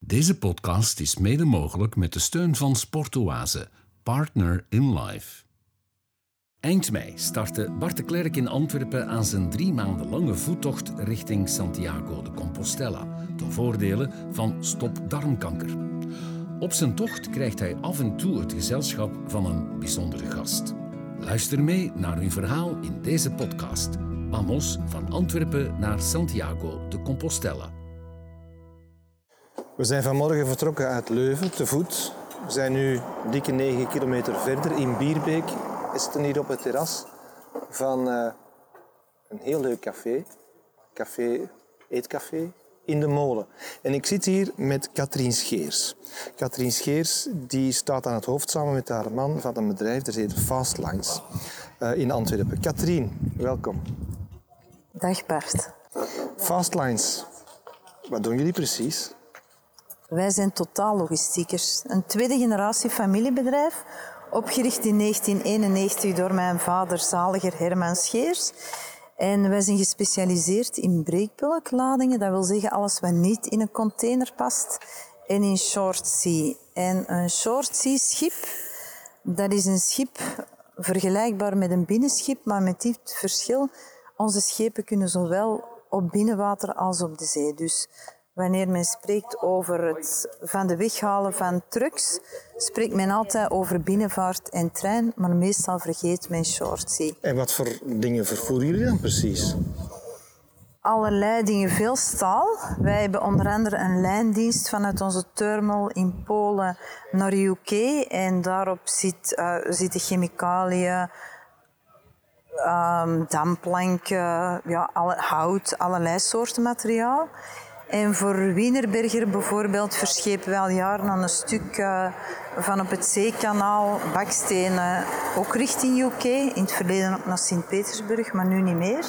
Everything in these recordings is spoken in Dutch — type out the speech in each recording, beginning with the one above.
Deze podcast is mede mogelijk met de steun van Sportoase, Partner in Life. Eind mei startte Bart de Klerk in Antwerpen aan zijn 3 maanden lange voettocht richting Santiago de Compostela, ten voordele van Stop Darmkanker. Op zijn tocht krijgt hij af en toe het gezelschap van een bijzondere gast. Luister mee naar hun verhaal in deze podcast. Vamos van Antwerpen naar Santiago de Compostela. We zijn vanmorgen vertrokken uit Leuven, te voet. We zijn nu dikke 9 kilometer verder in Bierbeek. We zitten hier op het terras van een heel leuk eetcafé in de Molen. En ik zit hier met Katrien Scheers. Katrien Scheers die staat aan het hoofd samen met haar man van een bedrijf, dat heet Fastlines, in Antwerpen. Katrien, welkom. Dag Bart. Fastlines, wat doen jullie precies? Wij zijn totaallogistiekers. Een tweede generatie familiebedrijf, opgericht in 1991 door mijn vader zaliger Herman Scheers. En wij zijn gespecialiseerd in breekbulkladingen, dat wil zeggen alles wat niet in een container past, en in short sea. En een short sea schip, dat is een schip vergelijkbaar met een binnenschip, maar met dit verschil. Onze schepen kunnen zowel op binnenwater als op de zee. Dus wanneer men spreekt over het van de weg halen van trucks, spreekt men altijd over binnenvaart en trein, maar meestal vergeet men short sea. En wat voor dingen vervoeren jullie dan precies? Allerlei dingen, veel staal. Wij hebben onder andere een lijndienst vanuit onze terminal in Polen naar UK. En daarop zitten chemicaliën, damplanken, hout, allerlei soorten materiaal. En voor Wienerberger bijvoorbeeld verschepen wij al jaren aan een stuk van op het zeekanaal bakstenen, ook richting UK. In het verleden ook naar Sint-Petersburg, maar nu niet meer.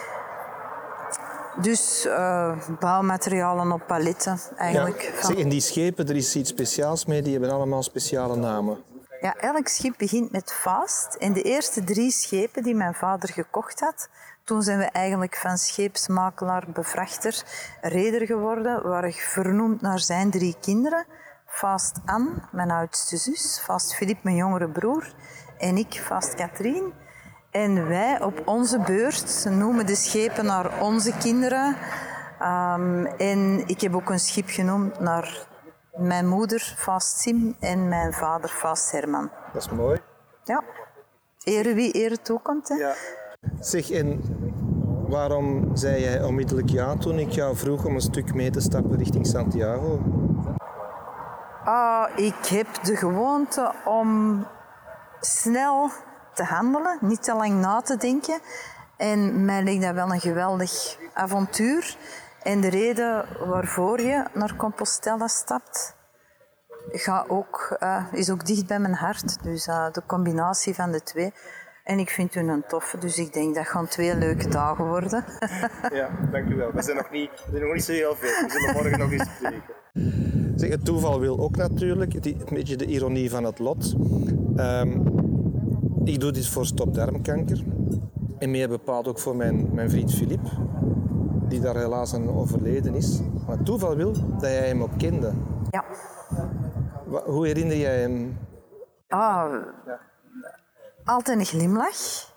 Dus bouwmaterialen op paletten eigenlijk. Ja. En die schepen, er is iets speciaals mee, die hebben allemaal speciale namen. Ja, elk schip begint met Fast. En de eerste 3 schepen die mijn vader gekocht had, toen zijn we eigenlijk van scheepsmakelaar, bevrachter, reder geworden. We waren vernoemd naar zijn 3 kinderen. Fast Anne, mijn oudste zus. Fast Philippe, mijn jongere broer. En ik, Fast Katrien. En wij op onze beurt noemen de schepen naar onze kinderen. En ik heb ook een schip genoemd naar mijn moeder, Fast Sim, en mijn vader, Fast Herman. Dat is mooi. Ja. Ere wie ere toekomt, hè? Ja. Zeg, en waarom zei jij onmiddellijk ja toen ik jou vroeg om een stuk mee te stappen richting Santiago? Ik heb de gewoonte om snel te handelen, niet te lang na te denken. En mij lijkt dat wel een geweldig avontuur. En de reden waarvoor je naar Compostela stapt, is ook dicht bij mijn hart. Dus de combinatie van de 2. En ik vind hun een toffe, dus ik denk dat gaan 2 leuke dagen worden. Ja, dankjewel. We zijn nog niet zo heel veel. We zullen morgen nog eens spreken. Zeg, het toeval wil ook natuurlijk, een beetje de ironie van het lot. Ik doe dit voor Stop Darmkanker. En meer bepaald ook voor mijn vriend Philippe, die daar helaas aan overleden is. Maar het toeval wil dat jij hem ook kende. Ja. Hoe herinner jij hem? Altijd een glimlach.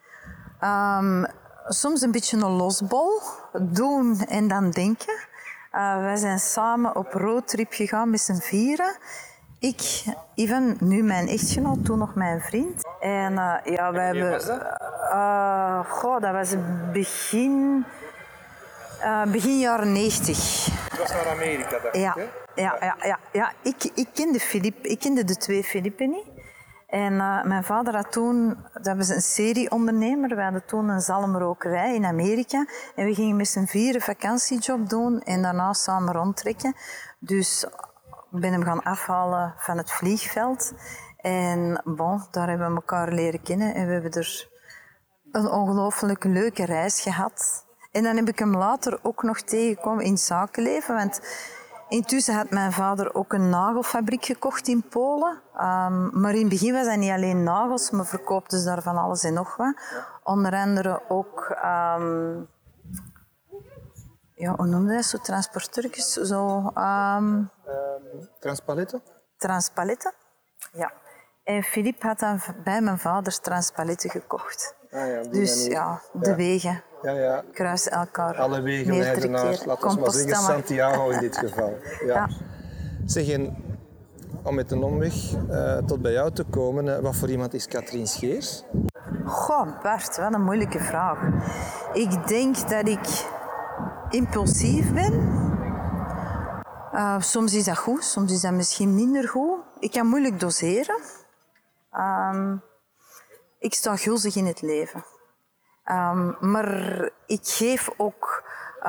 Soms een beetje een losbol. Doen en dan denken. Wij zijn samen op roadtrip gegaan met z'n 4. Ik, Ivan, nu mijn echtgenoot, toen nog mijn vriend. En wij hebben... dat was begin jaren 90. Het was naar Amerika, dacht ik, hè? Ja. Ik kende Philippe. Ik kende de 2 Philippen niet. En mijn vader had toen, dat was een serieondernemer, we hadden toen een zalmrokerij in Amerika. En we gingen met z'n 4 vakantiejob doen en daarna samen rondtrekken. Dus ik ben hem gaan afhalen van het vliegveld. En daar hebben we elkaar leren kennen en we hebben er een ongelooflijk leuke reis gehad. En dan heb ik hem later ook nog tegengekomen in het zakenleven, want intussen had mijn vader ook een nagelfabriek gekocht in Polen. Maar in het begin was dat niet alleen nagels, maar verkoopten ze daar van alles en nog wat. Onder andere ook, hoe noemde dat, zo transporteurtjes, zo... Transpaletten? Transpaletten, ja. En Filip had dan bij mijn vader transpaletten gekocht. Ah, ja, dus ja, de wegen kruisen elkaar alle wegen leiden naar, laten we maar zeggen, Santiago in dit geval. Ja. Zeg, en om met een omweg tot bij jou te komen, wat voor iemand is Katrien Scheers? Goh, Bart, wat een moeilijke vraag. Ik denk dat ik impulsief ben. Soms is dat goed, soms is dat misschien minder goed. Ik kan moeilijk doseren. Ik sta gulzig in het leven. Maar ik geef ook...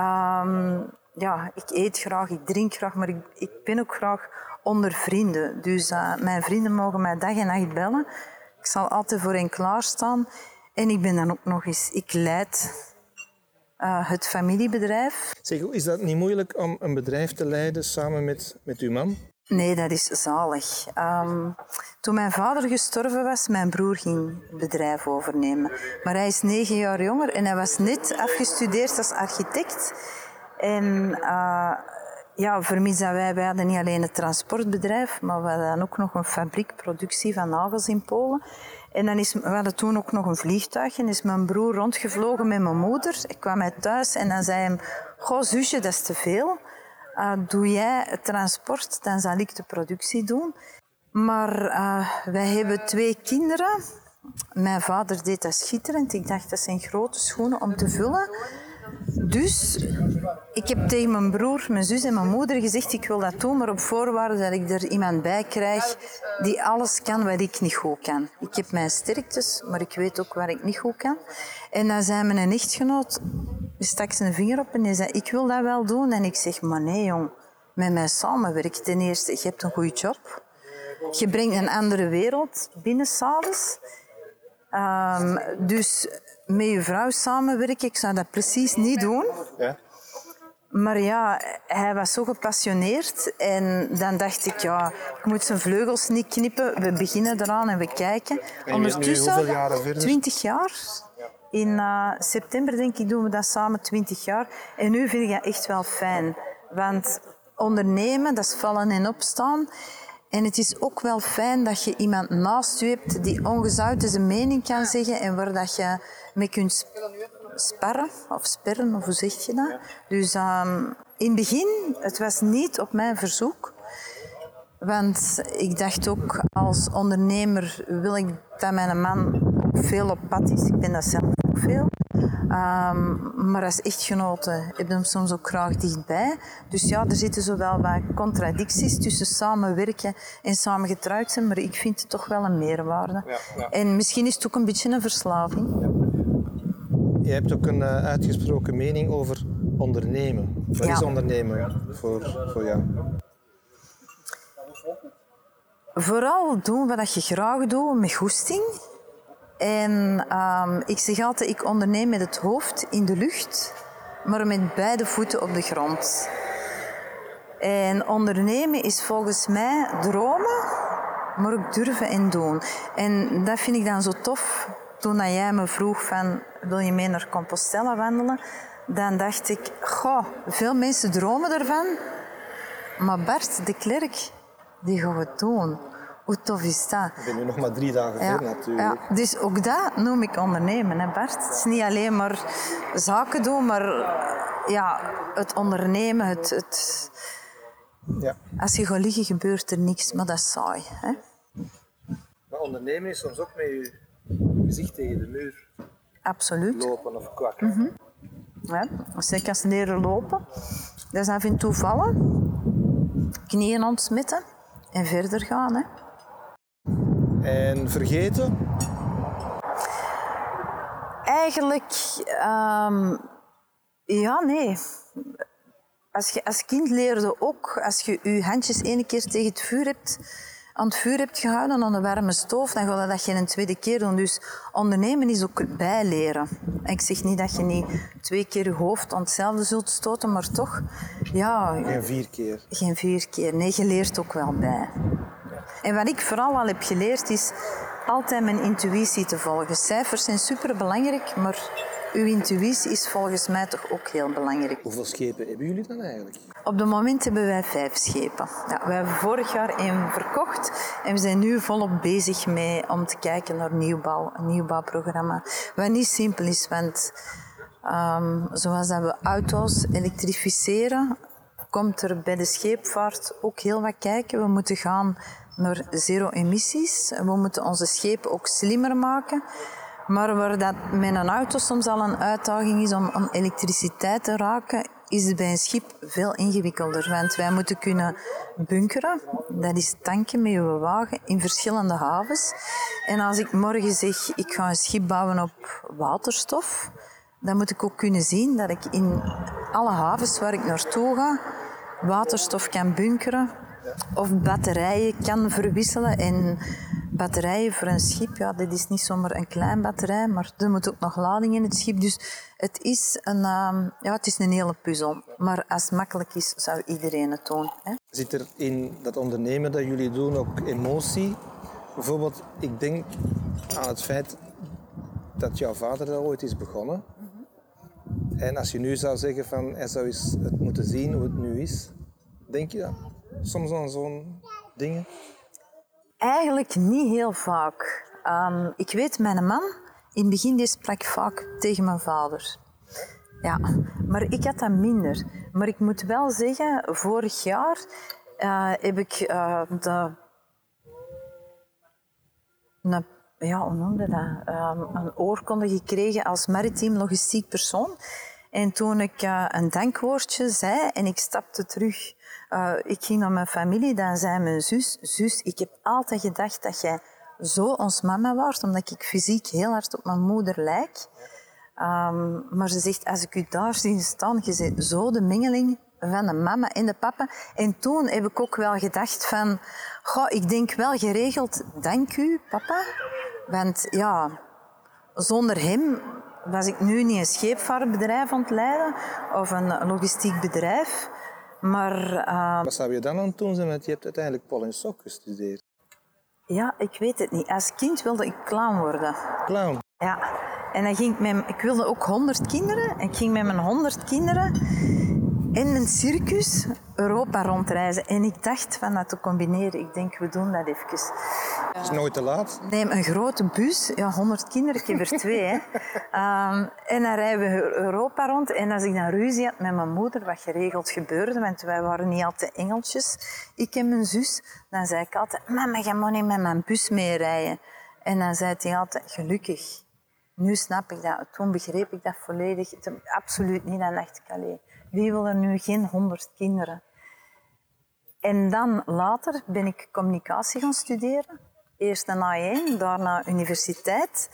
ik eet graag, ik drink graag, maar ik ben ook graag onder vrienden. Dus mijn vrienden mogen mij dag en nacht bellen. Ik zal altijd voor hen klaarstaan. En ik ben dan ook nog eens... Ik leid het familiebedrijf. Zeg, is dat niet moeilijk om een bedrijf te leiden samen met uw man? Nee, dat is zalig. Toen mijn vader gestorven was, mijn broer ging het bedrijf overnemen. Maar hij is 9 jaar jonger en hij was net afgestudeerd als architect. En vermits dat wij hadden niet alleen het transportbedrijf, maar we hadden ook nog een fabriek, productie van nagels in Polen. En we hadden toen ook nog een vliegtuig en is mijn broer rondgevlogen met mijn moeder. Ik kwam uit thuis en dan zei hij, goh zusje, dat is te veel. Doe jij het transport, dan zal ik de productie doen. Maar wij hebben 2 kinderen. Mijn vader deed dat schitterend. Ik dacht, dat zijn grote schoenen om te vullen. Dus ik heb tegen mijn broer, mijn zus en mijn moeder gezegd, ik wil dat doen, maar op voorwaarde dat ik er iemand bij krijg die alles kan wat ik niet goed kan. Ik heb mijn sterktes, maar ik weet ook wat ik niet goed kan. En dan zei mijn echtgenoot, stak zijn vinger op en hij zei, ik wil dat wel doen. En ik zeg, maar nee jong, met mij samenwerken. Ten eerste, je hebt een goede job. Je brengt een andere wereld binnen 's avonds. Dus met je vrouw samenwerken, ik zou dat precies niet doen. Ja. Maar ja, hij was zo gepassioneerd. En dan dacht ik, ik moet zijn vleugels niet knippen. We beginnen eraan en we kijken. En ondertussen, hoeveel jaren verder? 20 jaar. In september, denk ik, doen we dat samen 20 jaar. En nu vind ik dat echt wel fijn. Want ondernemen, dat is vallen en opstaan. En het is ook wel fijn dat je iemand naast je hebt die ongezouten zijn mening kan zeggen en waar dat je mee kunt sparren of sperren, of hoe zeg je dat? Dus in het begin, het was niet op mijn verzoek. Want ik dacht ook, als ondernemer wil ik dat mijn man ook veel op pad is. Ik ben dat zelf ook veel. Maar als echtgenote heb ik hem soms ook graag dichtbij. Dus ja, er zitten zowel wat contradicties tussen samenwerken en samen getrouwd zijn, maar ik vind het toch wel een meerwaarde. Ja. En misschien is het ook een beetje een verslaving. Je hebt ook een uitgesproken mening over ondernemen. Wat is ondernemen voor jou? Vooral doen wat je graag doet, met goesting. En ik zeg altijd, ik onderneem met het hoofd in de lucht, maar met beide voeten op de grond. En ondernemen is volgens mij dromen, maar ook durven en doen. En dat vind ik dan zo tof. Toen jij me vroeg van, wil je mee naar Compostela wandelen? Dan dacht ik, veel mensen dromen ervan. Maar Bart de Klerk, die gaan we doen. Hoe tof is dat? Ik ben nu nog maar 3 dagen ver natuurlijk. Ja. Dus ook dat noem ik ondernemen, hè Bart. Het is niet alleen maar zaken doen, maar het ondernemen. Ja. Als je gaat liggen, gebeurt er niks, maar dat is saai. Hè? Maar ondernemen is soms ook met je gezicht tegen de muur. Absoluut. Lopen of kwakken. Mm-hmm. Ja, zeker als leren lopen. Dat is af en toe vallen, knieën ontsmetten en verder gaan. Hè. En vergeten? Eigenlijk, nee. Als kind leerde ook, als je je handjes 1 keer tegen het vuur aan het vuur hebt gehouden, aan de warme stoof, dan ga je dat geen 2e keer doen. Dus ondernemen is ook bijleren. Ik zeg niet dat je niet 2 keer je hoofd aan hetzelfde zult stoten, maar toch, Geen 4 keer. Geen 4 keer. Nee, je leert ook wel bij. En wat ik vooral al heb geleerd, is altijd mijn intuïtie te volgen. Cijfers zijn superbelangrijk, maar uw intuïtie is volgens mij toch ook heel belangrijk. Hoeveel schepen hebben jullie dan eigenlijk? Op het moment hebben wij 5 schepen. Ja, we hebben vorig jaar 1 verkocht en we zijn nu volop bezig om te kijken naar nieuwbouw, een nieuwbouwprogramma. Wat niet simpel is, want zoals dat we auto's elektrificeren, komt er bij de scheepvaart ook heel wat kijken. We moeten gaan naar zero emissies. We moeten onze schepen ook slimmer maken. Maar waar dat met een auto soms al een uitdaging is om elektriciteit te raken, is het bij een schip veel ingewikkelder. Want wij moeten kunnen bunkeren, dat is tanken met uw wagen, in verschillende havens. En als ik morgen zeg, ik ga een schip bouwen op waterstof, dan moet ik ook kunnen zien dat ik in alle havens waar ik naartoe ga, waterstof kan bunkeren of batterijen kan verwisselen. En batterijen voor een schip, ja, dat is niet zomaar een klein batterij, maar er moet ook nog lading in het schip. Dus het is een hele puzzel. Maar als het makkelijk is, zou iedereen het doen. Hè? Zit er in dat ondernemen dat jullie doen ook emotie? Bijvoorbeeld, ik denk aan het feit dat jouw vader daar ooit is begonnen. En als je nu zou zeggen van hij zou eens het moeten zien hoe het nu is, denk je dat soms aan zo'n dingen? Eigenlijk niet heel vaak. Ik weet, mijn man, in het begin die sprak vaak tegen mijn vader. Ja, maar ik had dat minder. Maar ik moet wel zeggen, vorig jaar heb ik een oorkonde gekregen als maritiem logistiek persoon. En toen ik een dankwoordje zei en ik stapte terug, ik ging naar mijn familie, dan zei mijn zus, ik heb altijd gedacht dat jij zo ons mama was, omdat ik fysiek heel hard op mijn moeder lijk. Maar ze zegt, als ik u daar zie staan, je bent zo de mengeling van de mama en de papa. En toen heb ik ook wel gedacht van, goh, ik denk wel geregeld, dank u, papa. Want ja, zonder hem was ik nu niet een scheepvaartbedrijf aan het leiden of een logistiek bedrijf. Maar, Wat zou je dan aan het doen zijn? Want je hebt uiteindelijk Pol en Sok gestudeerd. Ja, ik weet het niet. Als kind wilde ik clown worden. Clown? Ja. En dan ging ik wilde ook 100 kinderen. Ik ging met mijn 100 kinderen in een circus Europa rondreizen. En ik dacht van dat te combineren. Ik denk, we doen dat even. Het is nooit te laat. Neem een grote bus. Ja, 100 kinderen, ik heb er 2. Hè. En dan rijden we Europa rond. En als ik dan ruzie had met mijn moeder, wat geregeld gebeurde, want wij waren niet altijd engeltjes, ik en mijn zus, dan zei ik altijd, mama, je moet niet met mijn bus meerijden. En dan zei hij altijd, gelukkig. Nu snap ik dat. Toen begreep ik dat volledig. Absoluut niet. Dan dacht ik, allee, wie wil er nu geen 100 kinderen? En dan later ben ik communicatie gaan studeren. Eerst een A1, daarna universiteit.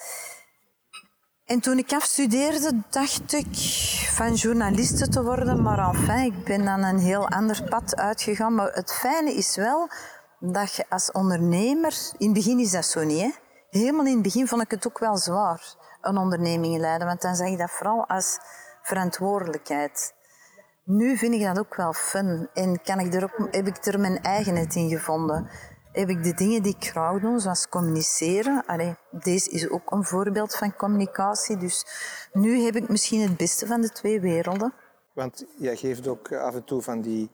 En toen ik afstudeerde, dacht ik van journaliste te worden. Maar enfin, ik ben dan een heel ander pad uitgegaan. Maar het fijne is wel dat je als ondernemer... In het begin is dat zo niet, hè. Helemaal in het begin vond ik het ook wel zwaar, een onderneming leiden. Want dan zag ik dat vooral als verantwoordelijkheid. Nu vind ik dat ook wel fun. En heb ik er mijn eigenheid in gevonden. Heb ik de dingen die ik graag doe, zoals communiceren. Allee, deze is ook een voorbeeld van communicatie. Dus nu heb ik misschien het beste van de 2 werelden. Want jij geeft ook af en toe van die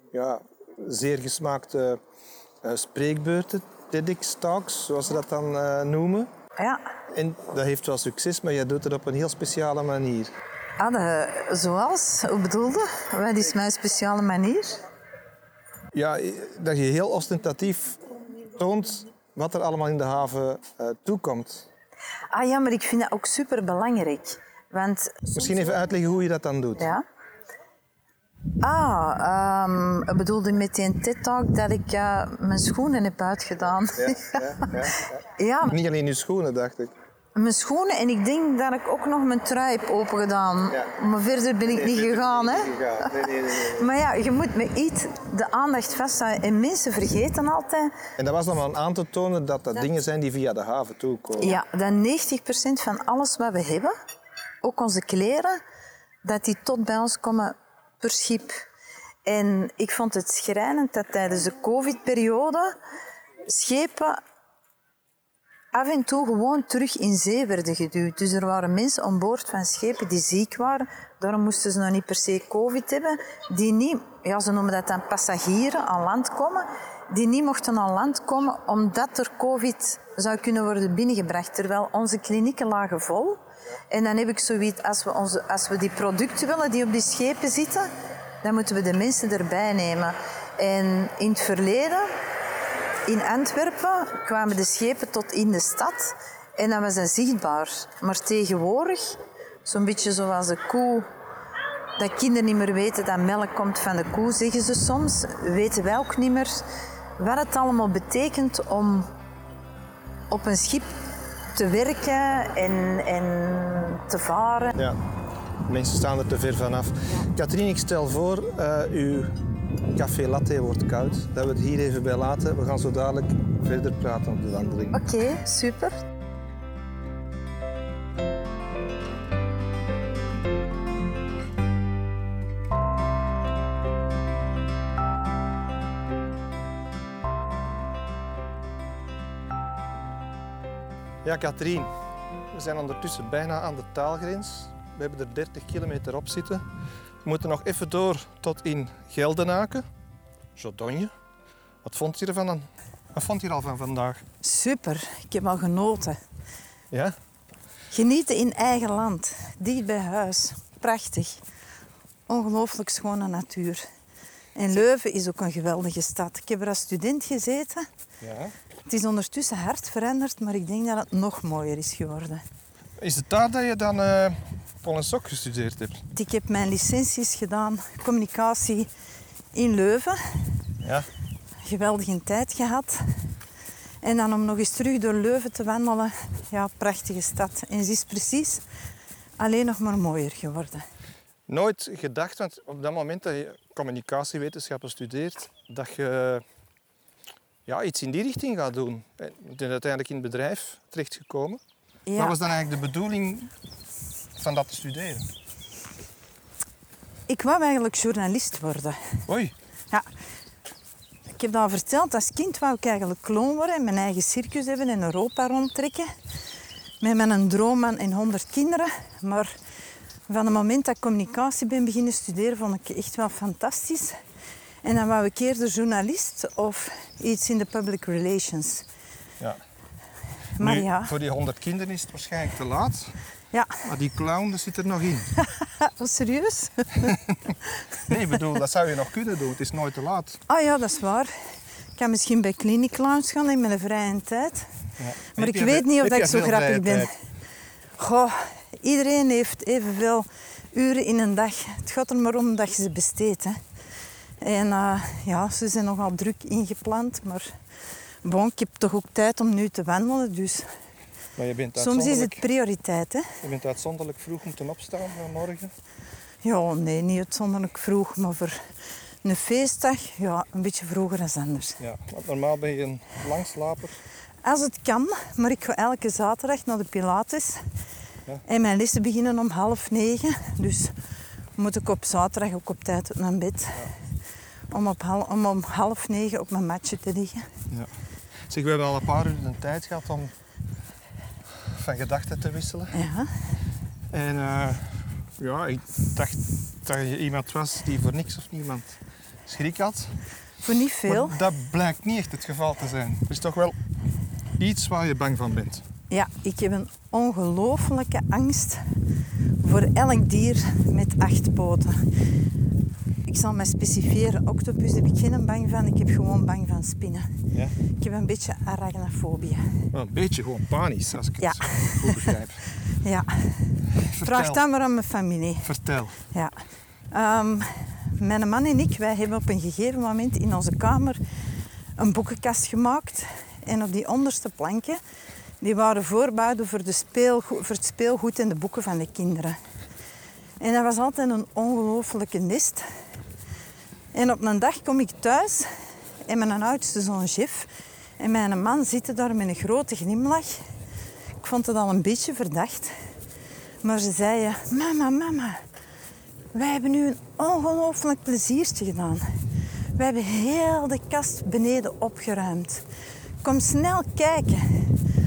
zeer gesmaakte spreekbeurten, TEDx-talks, zoals ze dat dan noemen. Ja. En dat heeft wel succes, maar jij doet het op een heel speciale manier. Zoals? Hoe bedoelde? Wat is mijn speciale manier? Ja, dat je heel ostentatief toont wat er allemaal in de haven toekomt. Ja, maar ik vind dat ook superbelangrijk. Want Misschien even uitleggen hoe je dat dan doet. Ja. Ik bedoelde met die TED-talk dat ik mijn schoenen heb uitgedaan. Ja. Niet alleen je schoenen, dacht ik. Mijn schoenen en ik denk dat ik ook nog mijn trui heb opengedaan. Ja. Maar verder ben ik niet gegaan. Hè? Nee. Maar ja, je moet met iets de aandacht vasthouden. En mensen vergeten altijd... En dat was dan wel aan te tonen dat dingen zijn die via de haven toekomen. Ja, dat 90% van alles wat we hebben, ook onze kleren, dat die tot bij ons komen per schip. En ik vond het schrijnend dat tijdens de COVID-periode schepen af en toe gewoon terug in zee werden geduwd. Dus er waren mensen aan boord van schepen die ziek waren. Daarom moesten ze nog niet per se COVID hebben. Die niet, ja, ze noemen dat dan passagieren, aan land komen. Die niet mochten aan land komen omdat er COVID zou kunnen worden binnengebracht. Terwijl onze klinieken lagen vol. En dan heb ik zoiets, als we die producten willen die op die schepen zitten, dan moeten we de mensen erbij nemen. En in het verleden, in Antwerpen, kwamen de schepen tot in de stad. En dan was dat zichtbaar. Maar tegenwoordig, zo'n beetje zoals de koe, dat kinderen niet meer weten dat melk komt van de koe, zeggen ze soms, weten wij ook niet meer wat het allemaal betekent om op een schip te werken en te varen. Ja, mensen staan er te ver vanaf. Katrien, ik stel voor, uw café latte wordt koud. Dat we het hier even bij laten. We gaan zo dadelijk verder praten op de wandeling. Oké, super. Ja, Katrien, we zijn ondertussen bijna aan de taalgrens. We hebben er 30 kilometer op zitten. We moeten nog even door tot in Geldenaken. Jodonje. Wat vond je ervan? Wat vond je er al van vandaag? Super, ik heb al genoten. Ja? Genieten in eigen land, dicht bij huis. Prachtig. Ongelooflijk schone natuur. En Leuven is ook een geweldige stad. Ik heb er als student gezeten. Ja. Het is ondertussen hard veranderd, maar ik denk dat het nog mooier is geworden. Is het daar dat je dan Paul en Sok gestudeerd hebt? Ik heb mijn licenties gedaan, communicatie in Leuven. Ja. Geweldige tijd gehad. En dan om nog eens terug door Leuven te wandelen. Ja, prachtige stad. En ze is precies alleen nog maar mooier geworden. Nooit gedacht, want op dat moment dat je communicatiewetenschappen studeert, dat je iets in die richting gaat doen. Je bent uiteindelijk in het bedrijf terechtgekomen. Ja. Wat was dan eigenlijk de bedoeling van dat te studeren? Ik wou eigenlijk journalist worden. Oei. Ja. Ik heb dat al verteld. Als kind wou ik eigenlijk kloon worden en mijn eigen circus hebben en Europa rondtrekken. Met mijn droomman en 100 kinderen. Maar van het moment dat ik communicatie ben beginnen studeren, vond ik het echt wel fantastisch. En dan wou ik eerder journalist of iets in de public relations. Ja. Maar nu, ja. Voor die 100 kinderen is het waarschijnlijk te laat. Ja. Maar die clown, dat zit er nog in. Serieus? Nee, ik bedoel, dat zou je nog kunnen doen. Het is nooit te laat. Ah ja, dat is waar. Ik kan misschien bij Clinic Clowns gaan in mijn vrije tijd. Ja. Maar ik weet niet of ik zo grappig ben. Goh, iedereen heeft evenveel uren in een dag. Het gaat er maar om dat je ze besteedt. Hè. En ja, ze zijn nogal druk ingepland. Maar bon, ik heb toch ook tijd om nu te wandelen. Dus Maar je bent soms is het prioriteit. Hè. Je bent uitzonderlijk vroeg moeten opstaan vanmorgen. Ja, nee, niet uitzonderlijk vroeg. Maar voor een feestdag, ja, een beetje vroeger dan anders. Ja, want normaal ben je een langslaper. Als het kan, maar ik ga elke zaterdag naar de Pilates. Ja. En mijn lessen beginnen om 8:30. Dus moet ik op zaterdag ook op tijd uit mijn bed. Ja. Om om 8:30 op mijn matje te liggen. Ja. Zeg, we hebben al een paar uur de tijd gehad om van gedachten te wisselen. Ja. En ja, ik dacht dat je iemand was die voor niks of niemand schrik had. Voor niet veel. Maar dat blijkt niet echt het geval te zijn. Er is toch wel iets waar je bang van bent. Ja, ik heb een ongelooflijke angst voor elk dier met 8 poten. Ik zal mij specifieren. Octopus heb ik geen bang van. Ik heb gewoon bang van spinnen. Ja? Ik heb een beetje arachnofobie. Wel een beetje gewoon panisch, als ik het goed begrijp. Ja. Vraag dan maar aan mijn familie. Vertel. Ja. Mijn man en ik, wij hebben op een gegeven moment in onze kamer een boekenkast gemaakt. En op die onderste planken, die waren voorbouden voor het speelgoed en de boeken van de kinderen. En dat was altijd een ongelooflijke nest. En op een dag kom ik thuis en mijn oudste zoon Jeff en mijn man zitten daar met een grote glimlach. Ik vond het al een beetje verdacht. Maar ze zeiden, mama, wij hebben nu een ongelooflijk pleziertje gedaan. We hebben heel de kast beneden opgeruimd. Kom snel kijken.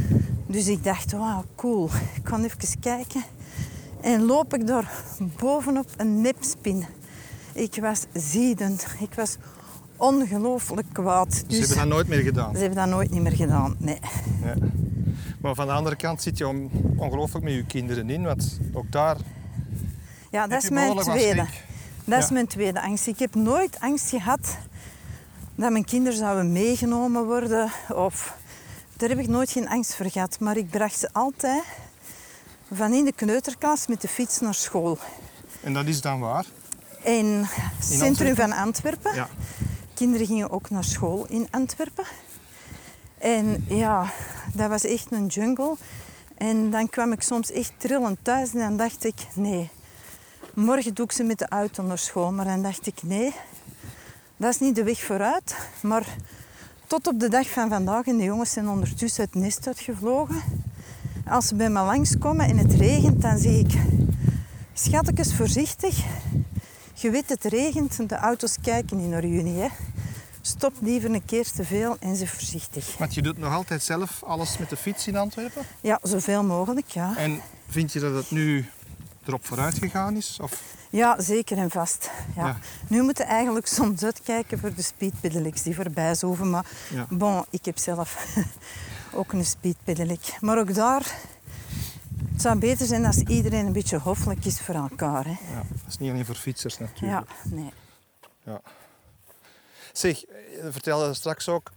Dus ik dacht, wauw, cool. Ik kan even kijken. En loop ik daar bovenop een nepspin. Ik was ziedend. Ik was ongelooflijk kwaad. Ze hebben dat nooit meer gedaan? Ze hebben dat nooit meer gedaan, nee. Ja. Maar van de andere kant zit je ongelooflijk met je kinderen in, want ook daar... Ja, dat is mijn tweede. Dat is Ja. mijn tweede angst. Ik heb nooit angst gehad dat mijn kinderen zouden meegenomen worden. Of... Daar heb ik nooit geen angst voor gehad. Maar ik bracht ze altijd van in de kleuterklas met de fiets naar school. En dat is dan waar? In het centrum Antwerpen? van Antwerpen. Ja. Kinderen gingen ook naar school in Antwerpen. En ja, dat was echt een jungle. En dan kwam ik soms echt trillend thuis en dan dacht ik, nee, morgen doe ik ze met de auto naar school. Maar dan dacht ik, nee, dat is niet de weg vooruit. Maar tot op de dag van vandaag, en de jongens zijn ondertussen het nest uitgevlogen. Als ze bij me langskomen en het regent, dan zeg ik, schattekes, voorzichtig. Je weet, het regent, de auto's kijken niet naar jullie. Hè. Stop liever een keer te veel en ze voorzichtig. Want je doet nog altijd zelf alles met de fiets in Antwerpen. Ja, zoveel mogelijk, ja. En vind je dat het nu erop vooruit gegaan is? Of? Ja, zeker en vast. Ja. Ja. Nu moeten we eigenlijk soms uitkijken voor de speedpedelecs die voorbij zoeven. Maar Ja. bon, ik heb zelf ook een speedpedelec. Maar ook daar, het zou beter zijn als iedereen een beetje hoffelijk is voor elkaar. Hè. Ja, dat is niet alleen voor fietsers Ja, natuurlijk. nee. Ja. Zeg, je vertelde straks ook,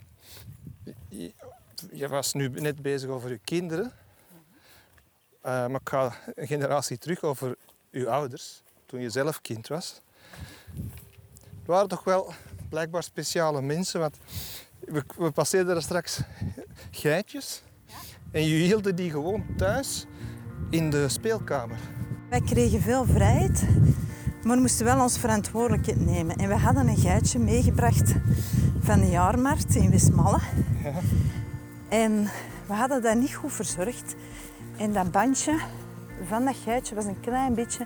je was nu net bezig over je kinderen. Maar ik ga een generatie terug over uw ouders, toen je zelf kind was. Het waren toch wel blijkbaar speciale mensen, want we passeerden er straks geitjes. En je hielden die gewoon thuis in de speelkamer. Wij kregen veel vrijheid, maar moesten wel ons verantwoordelijkheid nemen. En we hadden een geitje meegebracht van de jaarmarkt in Westmalle. Ja. En we hadden dat niet goed verzorgd. En dat bandje van dat geitje was een klein beetje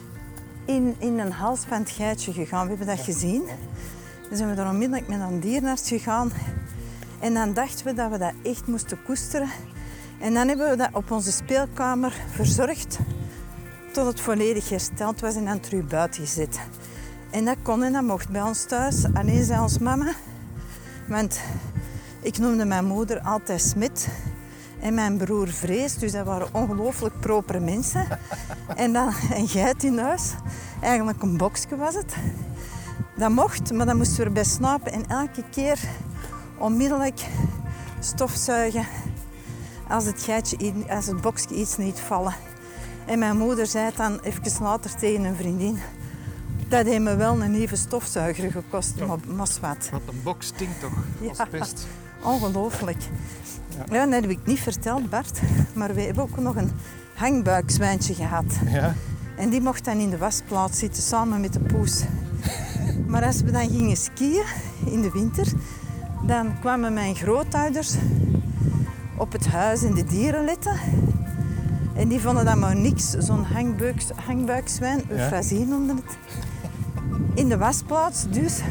in een hals van het geitje gegaan. We hebben dat gezien. Dus zijn we daar onmiddellijk met een dierenarts gegaan. En dan dachten we dat we dat echt moesten koesteren. En dan hebben we dat op onze speelkamer verzorgd tot het volledig hersteld was en dan terug buiten gezet. En dat kon en dat mocht bij ons thuis. Alleen zei ons mama, want ik noemde mijn moeder altijd Smit en mijn broer Vrees, dus dat waren ongelooflijk propere mensen. En dan een geit in huis, eigenlijk een boksje was het. Dat mocht, maar dan moesten we erbij slapen en elke keer onmiddellijk stofzuigen als het boksje iets niet vallen. En mijn moeder zei dan even later tegen een vriendin, dat heeft me wel een nieuwe stofzuiger gekost, maar wat. Want een box stinkt toch als pest. Ongelooflijk. Ja, dat heb ik niet verteld, Bart. Maar we hebben ook nog een hangbuikzwijntje gehad. Ja. En die mocht dan in de wasplaats zitten, samen met de poes. Maar als we dan gingen skiën in de winter, dan kwamen mijn grootouders op het huis en de dieren letten. En die vonden dat maar niks, zo'n hangbuikzwijn, Euphrasie noemde het, in de wasplaats. Dus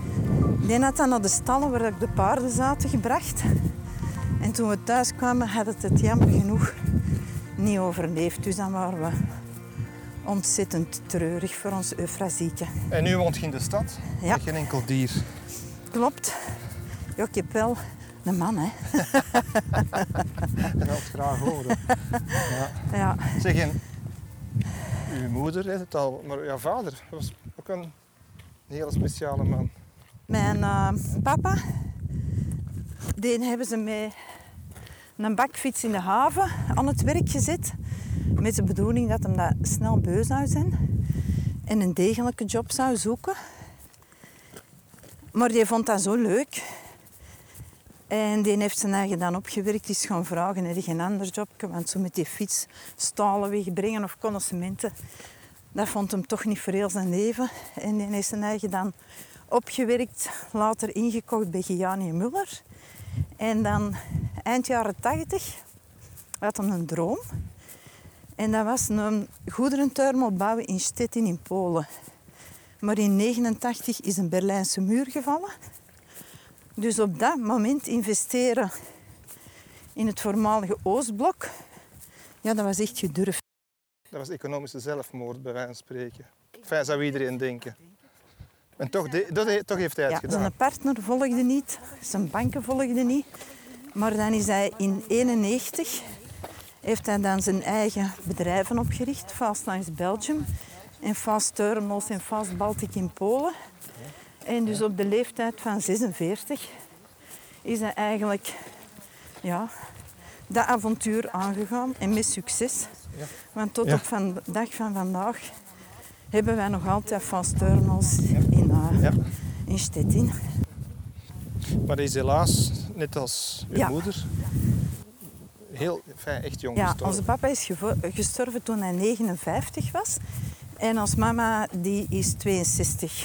die had dan naar de stallen waar de paarden zaten gebracht. En toen we thuis kwamen, had het jammer genoeg niet overleefd. Dus dan waren we ontzettend treurig voor ons Euphrasieke. En nu woont je in de stad, Ja. met geen enkel dier. Klopt. Ja, ik heb wel een man, hè. Dat wil ik graag horen. Ja. Ja. Zeg, en uw moeder heeft het al, maar jouw vader was ook een hele speciale man. Mijn papa, die hebben ze met een bakfiets in de haven aan het werk gezet. Met de bedoeling dat hem dat snel beu zou zijn en een degelijke job zou zoeken. Maar die vond dat zo leuk. En die heeft zijn eigen dan opgewerkt. Die is gaan vragen, heb je geen ander jobje? Want zo met die fiets stalen wegbrengen of connoissementen, dat vond hem toch niet voor heel zijn leven. En die heeft zijn eigen dan opgewerkt, later ingekocht bij Gianni Muller. En dan eind jaren 80 had hij een droom. En dat was een goederenterminal bouwen in Stettin in Polen. Maar in 1989 is een Berlijnse muur gevallen. Dus op dat moment investeren in het voormalige Oostblok. Ja, dat was echt gedurfd. Dat was economische zelfmoord, bij wijze van spreken. Enfin, zou iedereen denken. En toch heeft hij het gedaan. Zijn partner volgde niet, zijn banken volgden niet. Maar dan is hij in 1991 heeft hij dan zijn eigen bedrijven opgericht. Fast Lines Belgium en Fast Terminals en Fast Baltic in Polen. En dus op de leeftijd van 46 is hij eigenlijk dat avontuur aangegaan en met succes. Ja. Want tot op de dag van vandaag hebben wij nog altijd Fast Terminals in Stettin. Maar hij is helaas, net als uw moeder, echt jong gestorven. Onze papa is gestorven toen hij 59 was. En onze mama die is 62